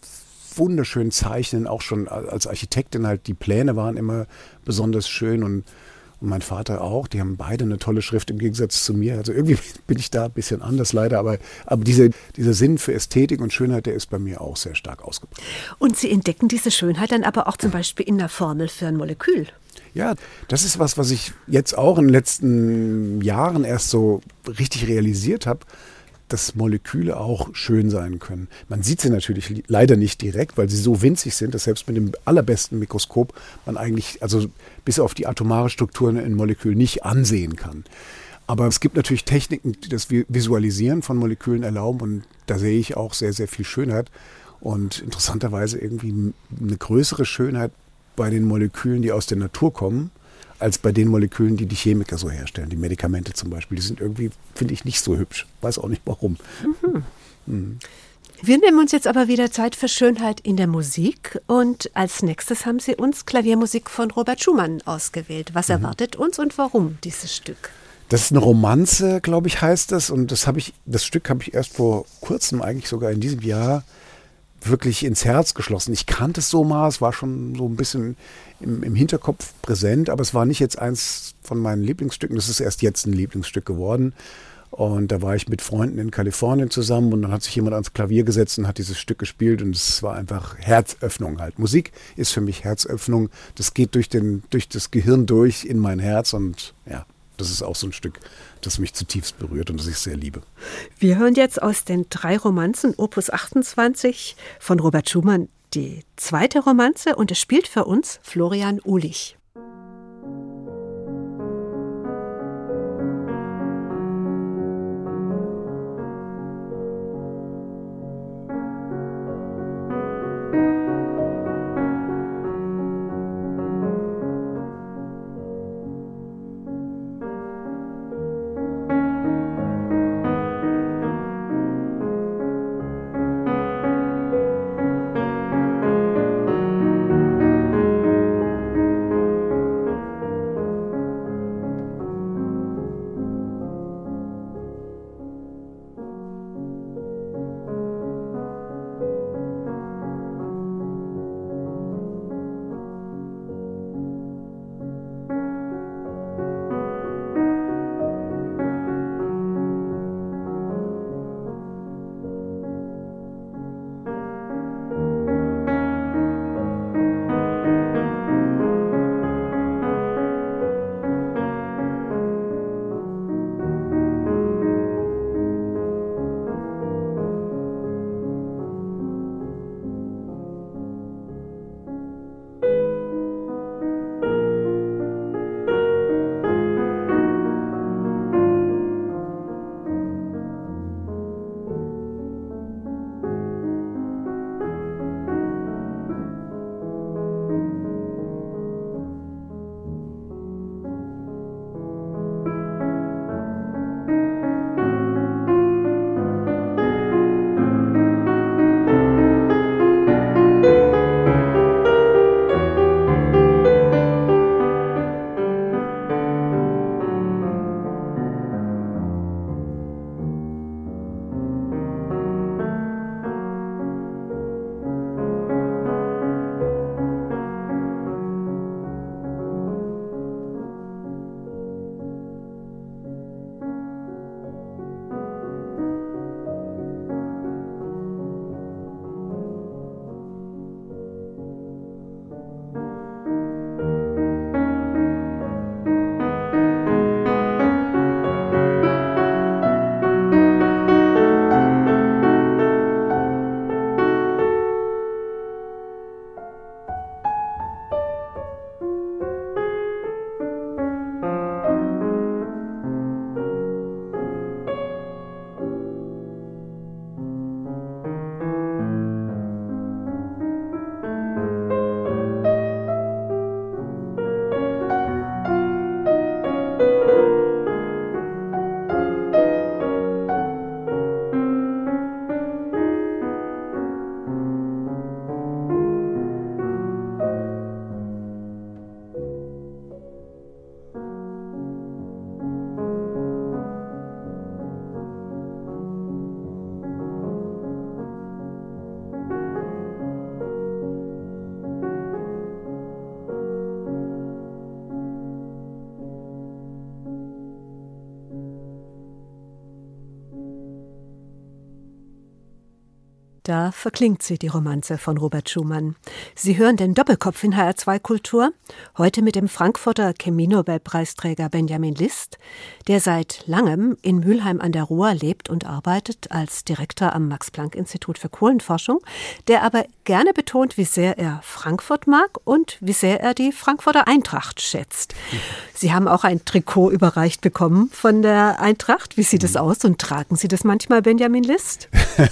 C: wunderschön zeichnen, auch schon als Architektin halt. Die Pläne waren immer besonders schön. Und, und mein Vater auch. Die haben beide eine tolle Schrift im Gegensatz zu mir. Also irgendwie bin ich da ein bisschen anders leider, aber, aber diese, dieser Sinn für Ästhetik und Schönheit, der ist bei mir auch sehr stark ausgeprägt.
B: Und Sie entdecken diese Schönheit dann aber auch zum Beispiel in der Formel für ein Molekül.
C: Ja, das ist was, was ich jetzt auch in den letzten Jahren erst so richtig realisiert habe, dass Moleküle auch schön sein können. Man sieht sie natürlich leider nicht direkt, weil sie so winzig sind, dass selbst mit dem allerbesten Mikroskop man eigentlich, also bis auf die atomare Struktur in Molekül nicht ansehen kann. Aber es gibt natürlich Techniken, die das Visualisieren von Molekülen erlauben und da sehe ich auch sehr, sehr viel Schönheit und interessanterweise irgendwie eine größere Schönheit bei den Molekülen, die aus der Natur kommen, als bei den Molekülen, die die Chemiker so herstellen. Die Medikamente zum Beispiel, die sind irgendwie, finde ich, nicht so hübsch. Weiß auch nicht warum.
B: Mhm. Mhm. Wir nehmen uns jetzt aber wieder Zeit für Schönheit in der Musik. Und als nächstes haben Sie uns Klaviermusik von Robert Schumann ausgewählt. Was mhm. erwartet uns und warum dieses Stück?
C: Das ist eine Romanze, glaube ich, heißt das. Und das habe ich, das Stück habe ich erst vor kurzem, eigentlich sogar in diesem Jahr, wirklich ins Herz geschlossen. Ich kannte es so mal, es war schon so ein bisschen im, im Hinterkopf präsent, aber es war nicht jetzt eins von meinen Lieblingsstücken. Das ist erst jetzt ein Lieblingsstück geworden. Und da war ich mit Freunden in Kalifornien zusammen und dann hat sich jemand ans Klavier gesetzt und hat dieses Stück gespielt und es war einfach Herzöffnung halt. Musik ist für mich Herzöffnung. Das geht durch den, durch das Gehirn durch in mein Herz und ja, das ist auch so ein Stück, das mich zutiefst berührt und das ich sehr liebe.
B: Wir hören jetzt aus den drei Romanzen Opus achtundzwanzig von Robert Schumann die zweite Romanze und es spielt für uns Florian Uhlich. Da verklingt sie, die Romanze von Robert Schumann. Sie hören den Doppelkopf in H R zwei Kultur, heute mit dem Frankfurter Chemie-Nobelpreisträger Benjamin List, der seit langem in Mülheim an der Ruhr lebt und arbeitet als Direktor am Max-Planck-Institut für Kohlenforschung, der aber gerne betont, wie sehr er Frankfurt mag und wie sehr er die Frankfurter Eintracht schätzt. Mhm. Sie haben auch ein Trikot überreicht bekommen von der Eintracht. Wie sieht es mhm. aus und tragen Sie das manchmal, Benjamin List?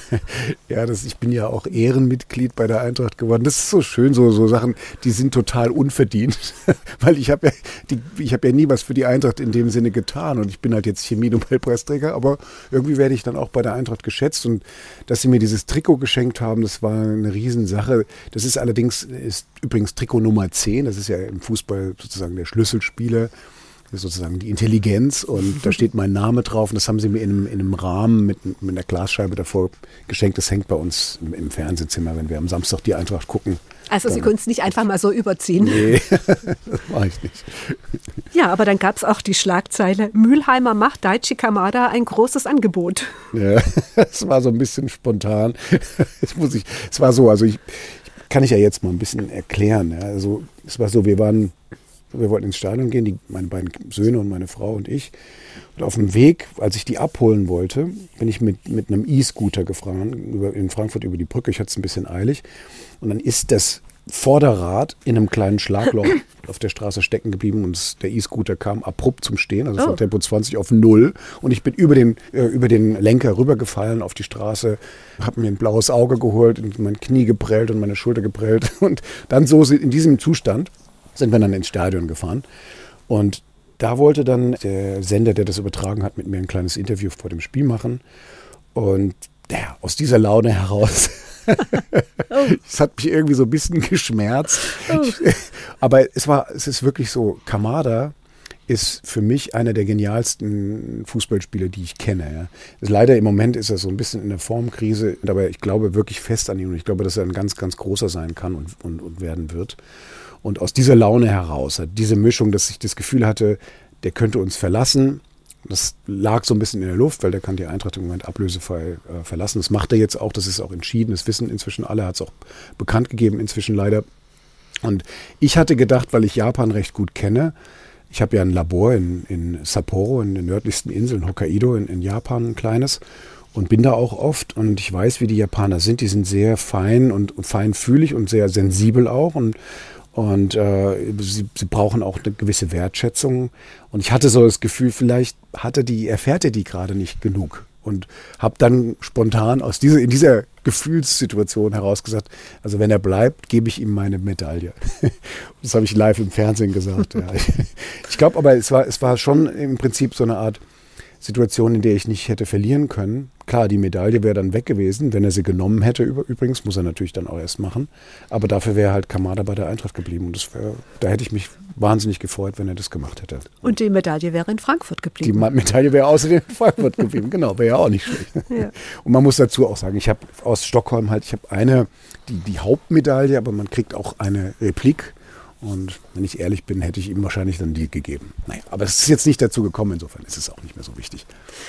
C: Ja, das, ich bin ja auch Ehrenmitglied bei der Eintracht geworden. Das ist so schön, so, so Sachen, die sind total unverdient, weil ich habe ja, die, ich habe ja nie was für die Eintracht in dem Sinne getan und ich bin halt jetzt Chemie-Nobelpreisträger, aber irgendwie werde ich dann auch bei der Eintracht geschätzt und dass sie mir dieses Trikot geschenkt haben, das war eine Riesensache. Das ist allerdings, ist übrigens Trikot Nummer zehn, das ist ja im Fußball sozusagen der Schlüsselspieler. Sozusagen die Intelligenz und da steht mein Name drauf und das haben sie mir in einem, in einem Rahmen mit, mit einer Glasscheibe davor geschenkt. Das hängt bei uns im, im Fernsehzimmer, wenn wir am Samstag die Eintracht gucken.
B: Also Sie können es nicht einfach mal so überziehen.
C: Nee, das mache ich nicht.
B: Ja, aber dann gab es auch die Schlagzeile, Mülheimer macht Daichi Kamada ein großes Angebot.
C: Ja, es war so ein bisschen spontan. Das muss ich, es war so, also ich, kann ich ja jetzt mal ein bisschen erklären. Ja. Also es war so, wir waren... Wir wollten ins Stadion gehen, die, meine beiden Söhne und meine Frau und ich. Und auf dem Weg, als ich die abholen wollte, bin ich mit, mit einem E-Scooter gefahren, über, in Frankfurt über die Brücke. Ich hatte es ein bisschen eilig. Und dann ist das Vorderrad in einem kleinen Schlagloch auf der Straße stecken geblieben und das, der E-Scooter kam abrupt zum Stehen, also von oh. Tempo zwanzig auf null. Und ich bin über den, äh, über den Lenker rübergefallen auf die Straße, habe mir ein blaues Auge geholt, und mein Knie geprellt und meine Schulter geprellt. Und dann so in diesem Zustand sind wir dann ins Stadion gefahren und da wollte dann der Sender, der das übertragen hat, mit mir ein kleines Interview vor dem Spiel machen und ja, aus dieser Laune heraus, oh. Es hat mich irgendwie so ein bisschen geschmerzt, oh. ich, aber es war, es ist wirklich so, Kamada ist für mich einer der genialsten Fußballspieler, die ich kenne. Ja. Leider im Moment ist er so ein bisschen in der Formkrise, aber ich glaube wirklich fest an ihn und ich glaube, dass er ein ganz, ganz großer sein kann und, und, und werden wird. Und aus dieser Laune heraus, diese Mischung, dass ich das Gefühl hatte, der könnte uns verlassen, das lag so ein bisschen in der Luft, weil der kann die Eintracht im Moment ablösefrei äh, verlassen. Das macht er jetzt auch, das ist auch entschieden, das wissen inzwischen alle, hat es auch bekannt gegeben inzwischen leider. Und ich hatte gedacht, weil ich Japan recht gut kenne, ich habe ja ein Labor in, in Sapporo, in den nördlichsten Inseln, Hokkaido in, in Japan, ein kleines, und bin da auch oft und ich weiß, wie die Japaner sind, die sind sehr fein und, und feinfühlig und sehr sensibel auch und Und äh, sie, sie brauchen auch eine gewisse Wertschätzung. Und ich hatte so das Gefühl, vielleicht hatte die, erfährt er die gerade nicht genug. Und habe dann spontan aus dieser, in dieser Gefühlssituation heraus gesagt, also wenn er bleibt, gebe ich ihm meine Medaille. Das habe ich live im Fernsehen gesagt. Ja. Ich glaube aber, es war, es war schon im Prinzip so eine Art Situation, in der ich nicht hätte verlieren können. Klar, die Medaille wäre dann weg gewesen, wenn er sie genommen hätte. Übrigens muss er natürlich dann auch erst machen. Aber dafür wäre halt Kamada bei der Eintracht geblieben. Und das wär, da hätte ich mich wahnsinnig gefreut, wenn er das gemacht hätte.
B: Und die Medaille wäre in Frankfurt geblieben.
C: Die Medaille wäre außerdem in Frankfurt geblieben. Genau, wäre ja auch nicht schlecht. Ja. Und man muss dazu auch sagen, ich habe aus Stockholm halt, ich habe eine, die, die Hauptmedaille, aber man kriegt auch eine Replik. Und wenn ich ehrlich bin, hätte ich ihm wahrscheinlich dann die gegeben. Naja, aber es ist jetzt nicht dazu gekommen, insofern ist es auch nicht mehr so wichtig.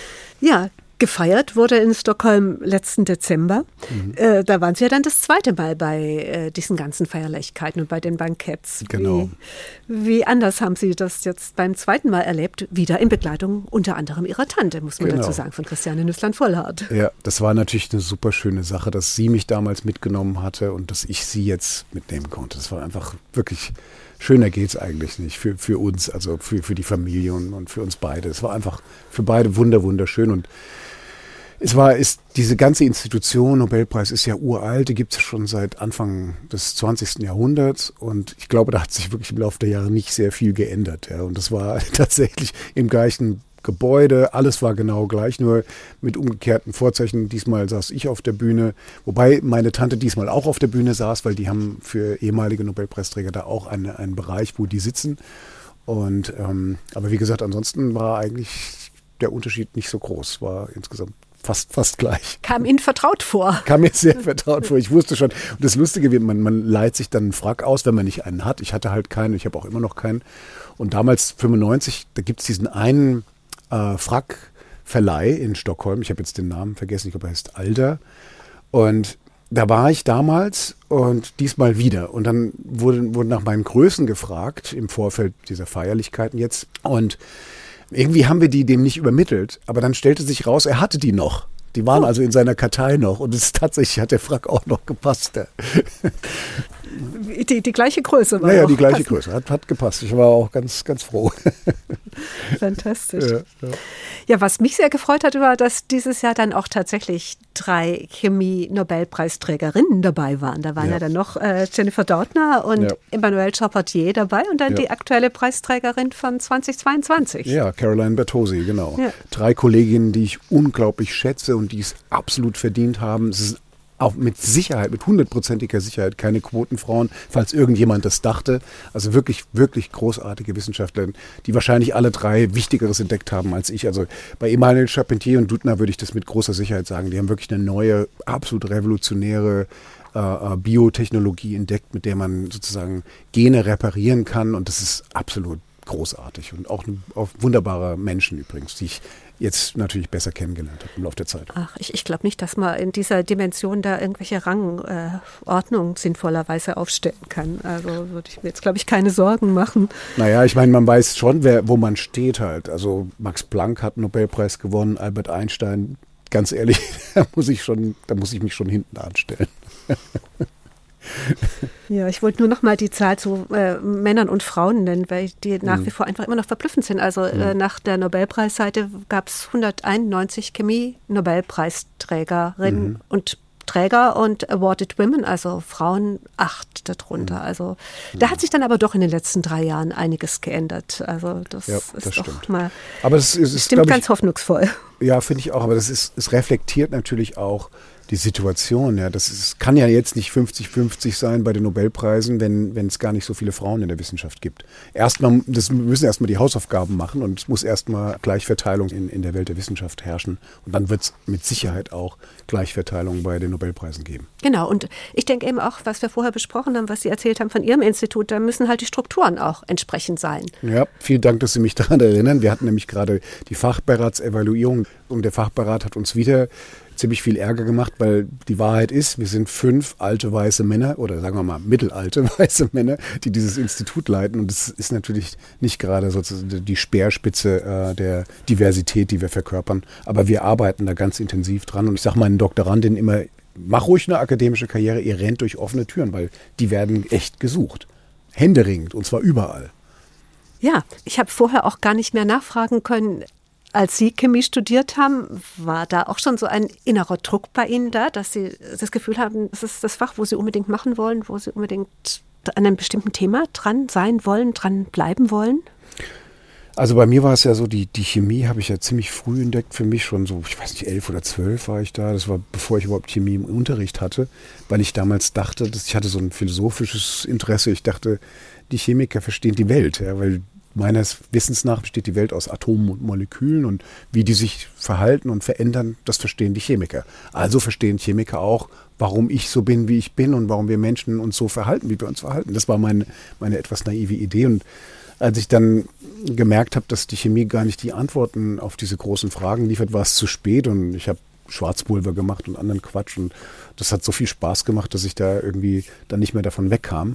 B: Ja, gefeiert wurde in Stockholm letzten Dezember. Mhm. Äh, da waren Sie ja dann das zweite Mal bei äh, diesen ganzen Feierlichkeiten und bei den Banketts.
C: Genau.
B: Wie, wie anders haben Sie das jetzt beim zweiten Mal erlebt? Wieder in Begleitung unter anderem Ihrer Tante, muss man genau. dazu sagen, von Christiane Nüsslein-Vollhardt.
C: Ja, das war natürlich eine super schöne Sache, dass sie mich damals mitgenommen hatte und dass ich sie jetzt mitnehmen konnte. Das war einfach wirklich, schöner geht es eigentlich nicht für, für uns, also für, für die Familie und, und für uns beide. Es war einfach für beide wunder, wunderschön und es war, ist diese ganze Institution, Nobelpreis ist ja uralt, die gibt es schon seit Anfang des zwanzigsten Jahrhunderts und ich glaube, da hat sich wirklich im Laufe der Jahre nicht sehr viel geändert. Ja. Und das war tatsächlich im gleichen Gebäude, alles war genau gleich, nur mit umgekehrten Vorzeichen. Diesmal saß ich auf der Bühne, wobei meine Tante diesmal auch auf der Bühne saß, weil die haben für ehemalige Nobelpreisträger da auch eine, einen Bereich, wo die sitzen. Und ähm, aber wie gesagt, ansonsten war eigentlich der Unterschied nicht so groß, war insgesamt Fast, fast gleich.
B: Kam Ihnen vertraut vor?
C: Kam mir sehr vertraut vor. Ich wusste schon. Und das Lustige, man, man leiht sich dann einen Frack aus, wenn man nicht einen hat. Ich hatte halt keinen, ich habe auch immer noch keinen. Und damals, fünfundneunzig, da gibt es diesen einen äh, Frackverleih in Stockholm. Ich habe jetzt den Namen vergessen, ich glaube, er heißt Alder. Und da war ich damals und diesmal wieder. Und dann wurde, wurde nach meinen Größen gefragt im Vorfeld dieser Feierlichkeiten jetzt. Und irgendwie haben wir die dem nicht übermittelt. Aber dann stellte sich raus, er hatte die noch. Die waren oh. also in seiner Kartei noch. Und es tatsächlich hat der Frack auch noch gepasst.
B: Die, die gleiche Größe war
C: Naja,
B: auch
C: die gleiche
B: passend.
C: Größe. Hat, hat gepasst. Ich war auch ganz, ganz froh.
B: Fantastisch.
C: Ja, ja.
B: Ja, was mich sehr gefreut hat, war, dass dieses Jahr dann auch tatsächlich drei Chemie-Nobelpreisträgerinnen dabei waren. Da waren ja, ja dann noch äh, Jennifer Doudna und ja. Emmanuelle Charpentier dabei und dann ja. die aktuelle Preisträgerin von zweitausendzweiundzwanzig.
C: Ja, Caroline Bertozzi, genau. Ja. Drei Kolleginnen, die ich unglaublich schätze und die es absolut verdient haben. Es ist auch mit Sicherheit, mit hundertprozentiger Sicherheit keine Quotenfrauen, falls irgendjemand das dachte. Also wirklich, wirklich großartige Wissenschaftler, die wahrscheinlich alle drei Wichtigeres entdeckt haben als ich. Also bei Emmanuelle Charpentier und Doudna würde ich das mit großer Sicherheit sagen. Die haben wirklich eine neue, absolut revolutionäre äh, Biotechnologie entdeckt, mit der man sozusagen Gene reparieren kann. Und das ist absolut großartig und auch, auch wunderbare Menschen übrigens, die ich jetzt natürlich besser kennengelernt habe im Laufe der Zeit.
B: Ach, ich, ich glaube nicht, dass man in dieser Dimension da irgendwelche Rangordnungen äh, sinnvollerweise aufstellen kann. Also würde ich mir jetzt, glaube ich, keine Sorgen machen.
C: Naja, ich meine, man weiß schon, wer, wo man steht halt. Also Max Planck hat einen Nobelpreis gewonnen, Albert Einstein, ganz ehrlich, da muss ich schon, da muss ich mich schon hinten anstellen.
B: Ja, ich wollte nur noch mal die Zahl zu äh, Männern und Frauen nennen, weil die nach mhm. wie vor einfach immer noch verblüffend sind. Also mhm. äh, nach der Nobelpreisseite gab es hunderteinundneunzig Chemie-Nobelpreisträgerinnen mhm. und Träger und Awarded Women, also Frauen acht darunter. Mhm. Also da mhm. hat sich dann aber doch in den letzten drei Jahren einiges geändert. Also das,
C: ja,
B: ist
C: das
B: doch
C: stimmt.
B: mal
C: aber es ist, ist,
B: stimmt
C: ich,
B: ganz hoffnungsvoll.
C: Ja, finde ich auch. Aber das ist, es reflektiert natürlich auch die Situation. Ja, das ist, kann ja jetzt nicht fünfzig fünfzig sein bei den Nobelpreisen, wenn, wenn es gar nicht so viele Frauen in der Wissenschaft gibt. Erstmal, das müssen erstmal die Hausaufgaben machen und es muss erstmal Gleichverteilung in, in der Welt der Wissenschaft herrschen. Und dann wird es mit Sicherheit auch Gleichverteilung bei den Nobelpreisen geben.
B: Genau. Und ich denke eben auch, was wir vorher besprochen haben, was Sie erzählt haben von Ihrem Institut, da müssen halt die Strukturen auch entsprechend sein.
C: Ja, vielen Dank, dass Sie mich daran erinnern. Wir hatten nämlich gerade die Fachberatsevaluierung und der Fachberat hat uns wieder ziemlich viel Ärger gemacht, weil die Wahrheit ist, wir sind fünf alte weiße Männer oder sagen wir mal mittelalte weiße Männer, die dieses Institut leiten und das ist natürlich nicht gerade sozusagen die Speerspitze äh, der Diversität, die wir verkörpern, aber wir arbeiten da ganz intensiv dran und ich sage meinen Doktorandinnen immer, mach ruhig eine akademische Karriere, ihr rennt durch offene Türen, weil die werden echt gesucht, händeringend und zwar überall.
B: Ja, ich habe vorher auch gar nicht mehr nachfragen können. Als Sie Chemie studiert haben, war da auch schon so ein innerer Druck bei Ihnen da, dass Sie das Gefühl haben, das ist das Fach, wo Sie unbedingt machen wollen, wo Sie unbedingt an einem bestimmten Thema dran sein wollen, dran bleiben wollen?
C: Also bei mir war es ja so, die, die Chemie habe ich ja ziemlich früh entdeckt für mich, schon so, ich weiß nicht, elf oder zwölf war ich da. Das war, bevor ich überhaupt Chemie im Unterricht hatte, weil ich damals dachte, dass ich hatte so ein philosophisches Interesse. Ich dachte, die Chemiker verstehen die Welt, ja, weil meines Wissens nach besteht die Welt aus Atomen und Molekülen und wie die sich verhalten und verändern, das verstehen die Chemiker. Also verstehen Chemiker auch, warum ich so bin, wie ich bin und warum wir Menschen uns so verhalten, wie wir uns verhalten. Das war meine, meine etwas naive Idee und als ich dann gemerkt habe, dass die Chemie gar nicht die Antworten auf diese großen Fragen liefert, war es zu spät und ich habe Schwarzpulver gemacht und anderen Quatsch und das hat so viel Spaß gemacht, dass ich da irgendwie dann nicht mehr davon wegkam.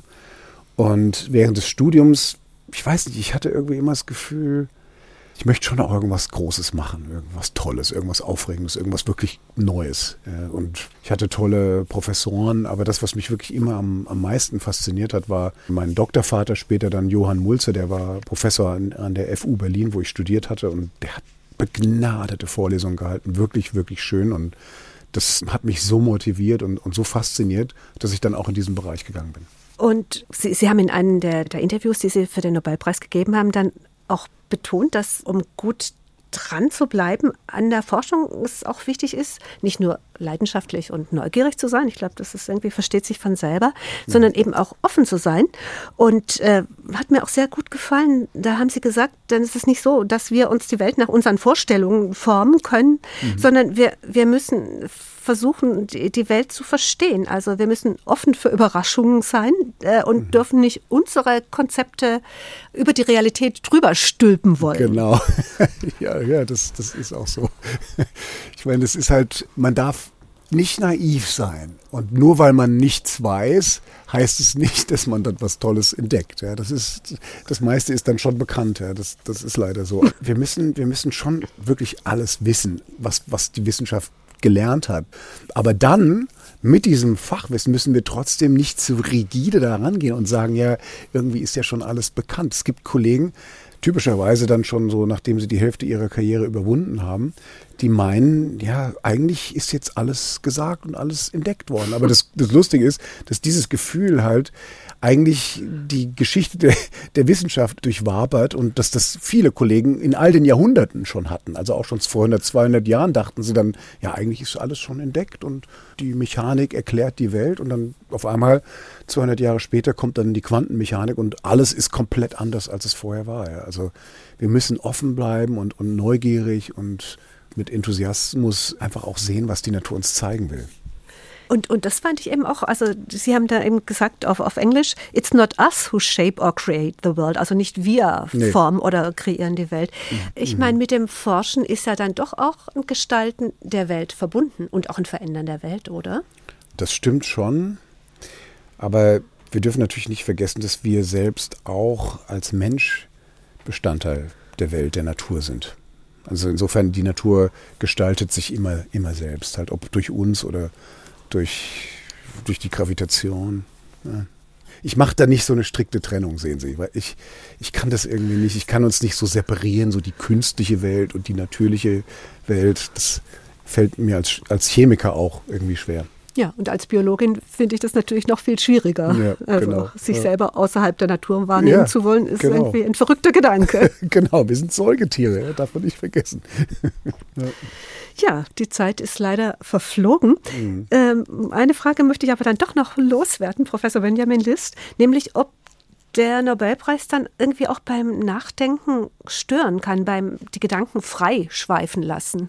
C: Und während des Studiums, ich weiß nicht, ich hatte irgendwie immer das Gefühl, ich möchte schon auch irgendwas Großes machen, irgendwas Tolles, irgendwas Aufregendes, irgendwas wirklich Neues. Und ich hatte tolle Professoren, aber das, was mich wirklich immer am, am meisten fasziniert hat, war mein Doktorvater, später dann Johann Mulzer, der war Professor an, an der F U Berlin, wo ich studiert hatte und der hat begnadete Vorlesungen gehalten, wirklich, wirklich schön und das hat mich so motiviert und, und so fasziniert, dass ich dann auch in diesen Bereich gegangen bin.
B: Und Sie, Sie haben in einem der, der Interviews, die Sie für den Nobelpreis gegeben haben, dann auch betont, dass um gut dran zu bleiben an der Forschung es auch wichtig ist, nicht nur leidenschaftlich und neugierig zu sein, ich glaube, das ist irgendwie, versteht sich von selber, mhm. sondern eben auch offen zu sein. Und äh, hat mir auch sehr gut gefallen, da haben Sie gesagt, dann ist es nicht so, dass wir uns die Welt nach unseren Vorstellungen formen können, mhm. sondern wir, wir müssen versuchen, die, die Welt zu verstehen. Also wir müssen offen für Überraschungen sein äh, und mhm. dürfen nicht unsere Konzepte über die Realität drüber stülpen wollen.
C: Genau. ja, ja, das, das ist auch so. Ich meine, das ist halt, man darf nicht naiv sein. Und nur weil man nichts weiß, heißt es nicht, dass man dann was Tolles entdeckt. Ja, das ist, das meiste ist dann schon bekannt. Ja, das, das ist leider so. Wir müssen, wir müssen schon wirklich alles wissen, was, was die Wissenschaft gelernt hat. Aber dann, mit diesem Fachwissen, müssen wir trotzdem nicht zu rigide da rangehen und sagen, ja, irgendwie ist ja schon alles bekannt. Es gibt Kollegen, typischerweise dann schon so, nachdem sie die Hälfte ihrer Karriere überwunden haben, die meinen, ja, eigentlich ist jetzt alles gesagt und alles entdeckt worden. Aber das, das Lustige ist, dass dieses Gefühl halt eigentlich die Geschichte der, der Wissenschaft durchwabert und dass das viele Kollegen in all den Jahrhunderten schon hatten. Also auch schon vor hundert, zweihundert Jahren dachten sie dann, ja, eigentlich ist alles schon entdeckt und die Mechanik erklärt die Welt. Und dann auf einmal, zweihundert Jahre später, kommt dann die Quantenmechanik und alles ist komplett anders, als es vorher war. Ja. Also wir müssen offen bleiben und, und neugierig und mit Enthusiasmus einfach auch sehen, was die Natur uns zeigen will.
B: Und, und das fand ich eben auch, also Sie haben da eben gesagt auf, auf Englisch, it's not us who shape or create the world, also nicht wir nee. formen oder kreieren die Welt. Ich mhm. meine, mit dem Forschen ist ja dann doch auch ein Gestalten der Welt verbunden und auch ein Verändern der Welt, oder?
C: Das stimmt schon, aber wir dürfen natürlich nicht vergessen, dass wir selbst auch als Mensch Bestandteil der Welt, der Natur sind. Also insofern, die Natur gestaltet sich immer, immer selbst, halt ob durch uns oder durch, durch die Gravitation. Ja. Ich mache da nicht so eine strikte Trennung, sehen Sie, weil ich, ich kann das irgendwie nicht, ich kann uns nicht so separieren, so die künstliche Welt und die natürliche Welt. Das fällt mir als, als Chemiker auch irgendwie schwer.
B: Ja, und als Biologin finde ich das natürlich noch viel schwieriger. Ja, also genau. Sich ja. selber außerhalb der Natur wahrnehmen ja, zu wollen, ist genau. irgendwie ein verrückter Gedanke.
C: Genau, wir sind Säugetiere, darf man nicht vergessen.
B: Ja. Ja, die Zeit ist leider verflogen. Mhm. Ähm, eine Frage möchte ich aber dann doch noch loswerden, Professor Benjamin List, nämlich ob der Nobelpreis dann irgendwie auch beim Nachdenken stören kann, beim die Gedanken frei schweifen lassen.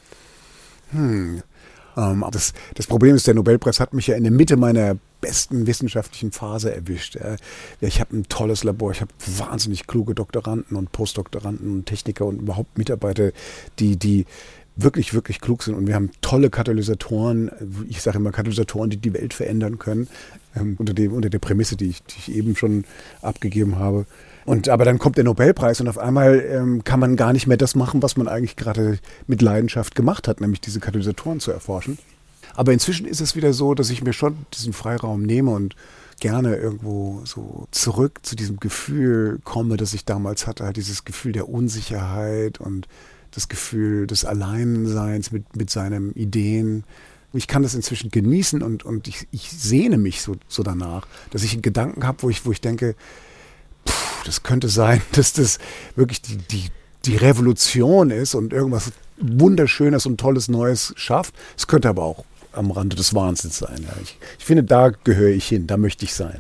C: Hm. Um, das, das Problem ist, der Nobelpreis hat mich ja in der Mitte meiner besten wissenschaftlichen Phase erwischt. Ja, ich habe ein tolles Labor, ich habe wahnsinnig kluge Doktoranden und Postdoktoranden und Techniker und überhaupt Mitarbeiter, die, die wirklich, wirklich klug sind. Und wir haben tolle Katalysatoren, ich sage immer Katalysatoren, die die Welt verändern können, ähm, unter, dem, unter der Prämisse, die ich, die ich eben schon abgegeben habe. Und aber dann kommt der Nobelpreis und auf einmal ähm, kann man gar nicht mehr das machen, was man eigentlich gerade mit Leidenschaft gemacht hat, nämlich diese Katalysatoren zu erforschen. Aber inzwischen ist es wieder so, dass ich mir schon diesen Freiraum nehme und gerne irgendwo so zurück zu diesem Gefühl komme, das ich damals hatte, halt dieses Gefühl der Unsicherheit und das Gefühl des Alleinseins mit, mit seinen Ideen. Ich kann das inzwischen genießen und, und ich, ich sehne mich so, so danach, dass ich einen Gedanken habe, wo ich, wo ich denke, pff, das könnte sein, dass das wirklich die, die, die Revolution ist und irgendwas Wunderschönes und Tolles Neues schafft. Es könnte aber auch am Rande des Wahnsinns sein. Ja. Ich, ich finde, da gehöre ich hin, da möchte ich sein.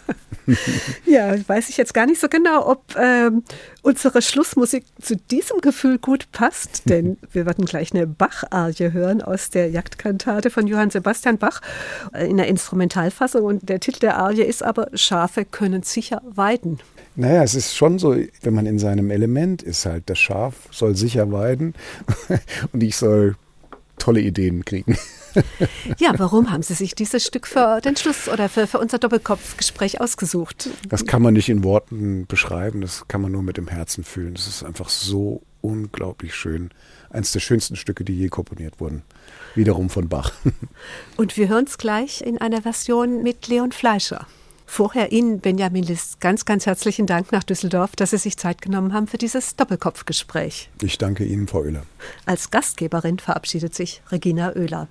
B: Ja, weiß ich jetzt gar nicht so genau, ob ähm, unsere Schlussmusik zu diesem Gefühl gut passt, denn wir werden gleich eine Bach-Arie hören aus der Jagdkantate von Johann Sebastian Bach in der Instrumentalfassung und der Titel der Arie ist aber Schafe können sicher weiden.
C: Naja, es ist schon so, wenn man in seinem Element ist halt, das Schaf soll sicher weiden und ich soll tolle Ideen kriegen.
B: Ja, warum haben Sie sich dieses Stück für den Schluss oder für, für unser Doppelkopfgespräch ausgesucht?
C: Das kann man nicht in Worten beschreiben, das kann man nur mit dem Herzen fühlen. Das ist einfach so unglaublich schön. Eines der schönsten Stücke, die je komponiert wurden. Wiederum von Bach. Und
B: wir hören es gleich in einer Version mit Leon Fleischer. Vorher Ihnen, Benjamin List, ganz, ganz herzlichen Dank nach Düsseldorf, dass Sie sich Zeit genommen haben für dieses Doppelkopfgespräch.
C: Ich danke Ihnen, Frau Oehler.
B: Als Gastgeberin verabschiedet sich Regina Oehler.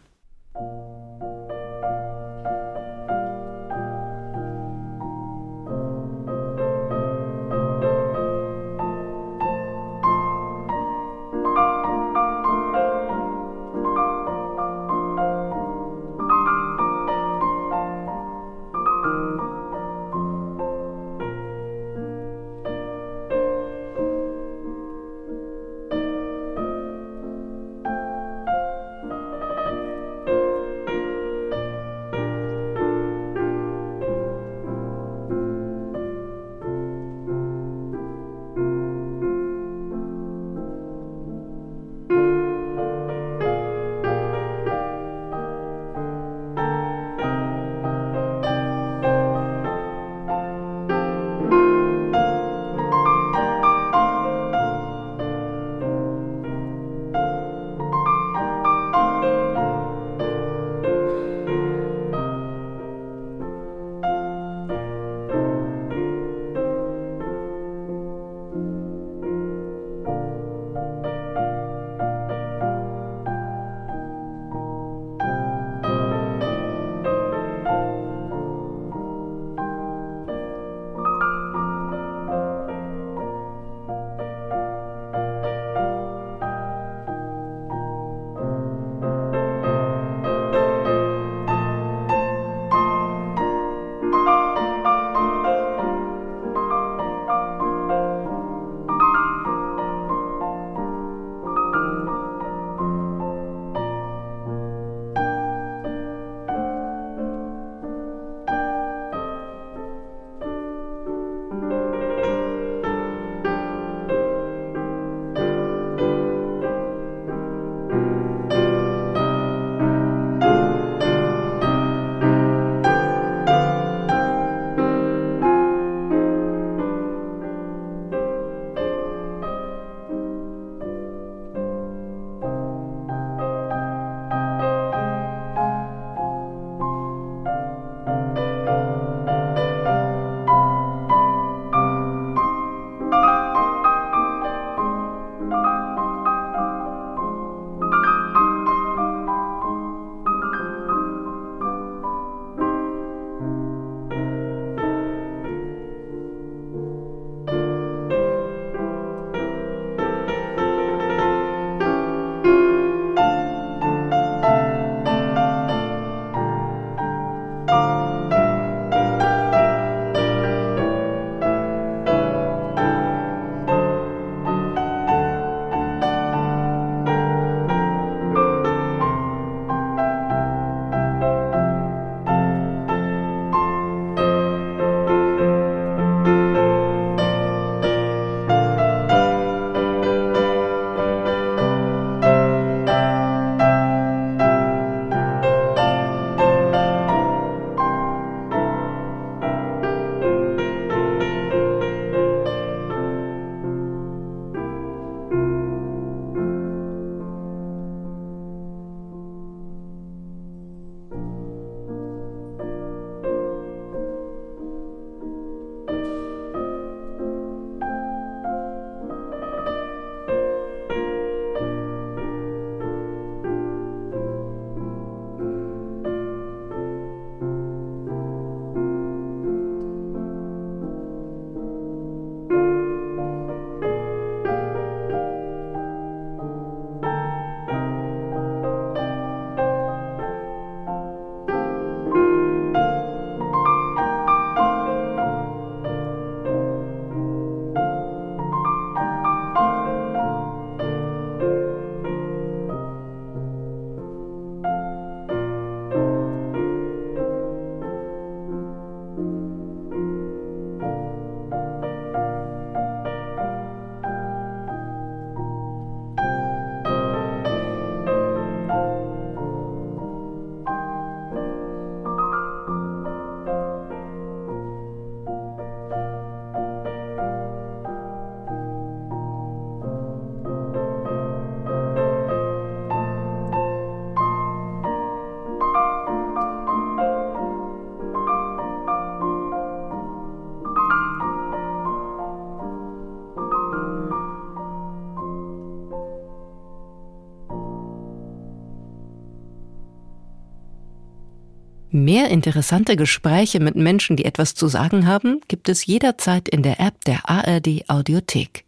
A: Mehr interessante Gespräche mit Menschen, die etwas zu sagen haben, gibt es jederzeit in der App der A R D Audiothek.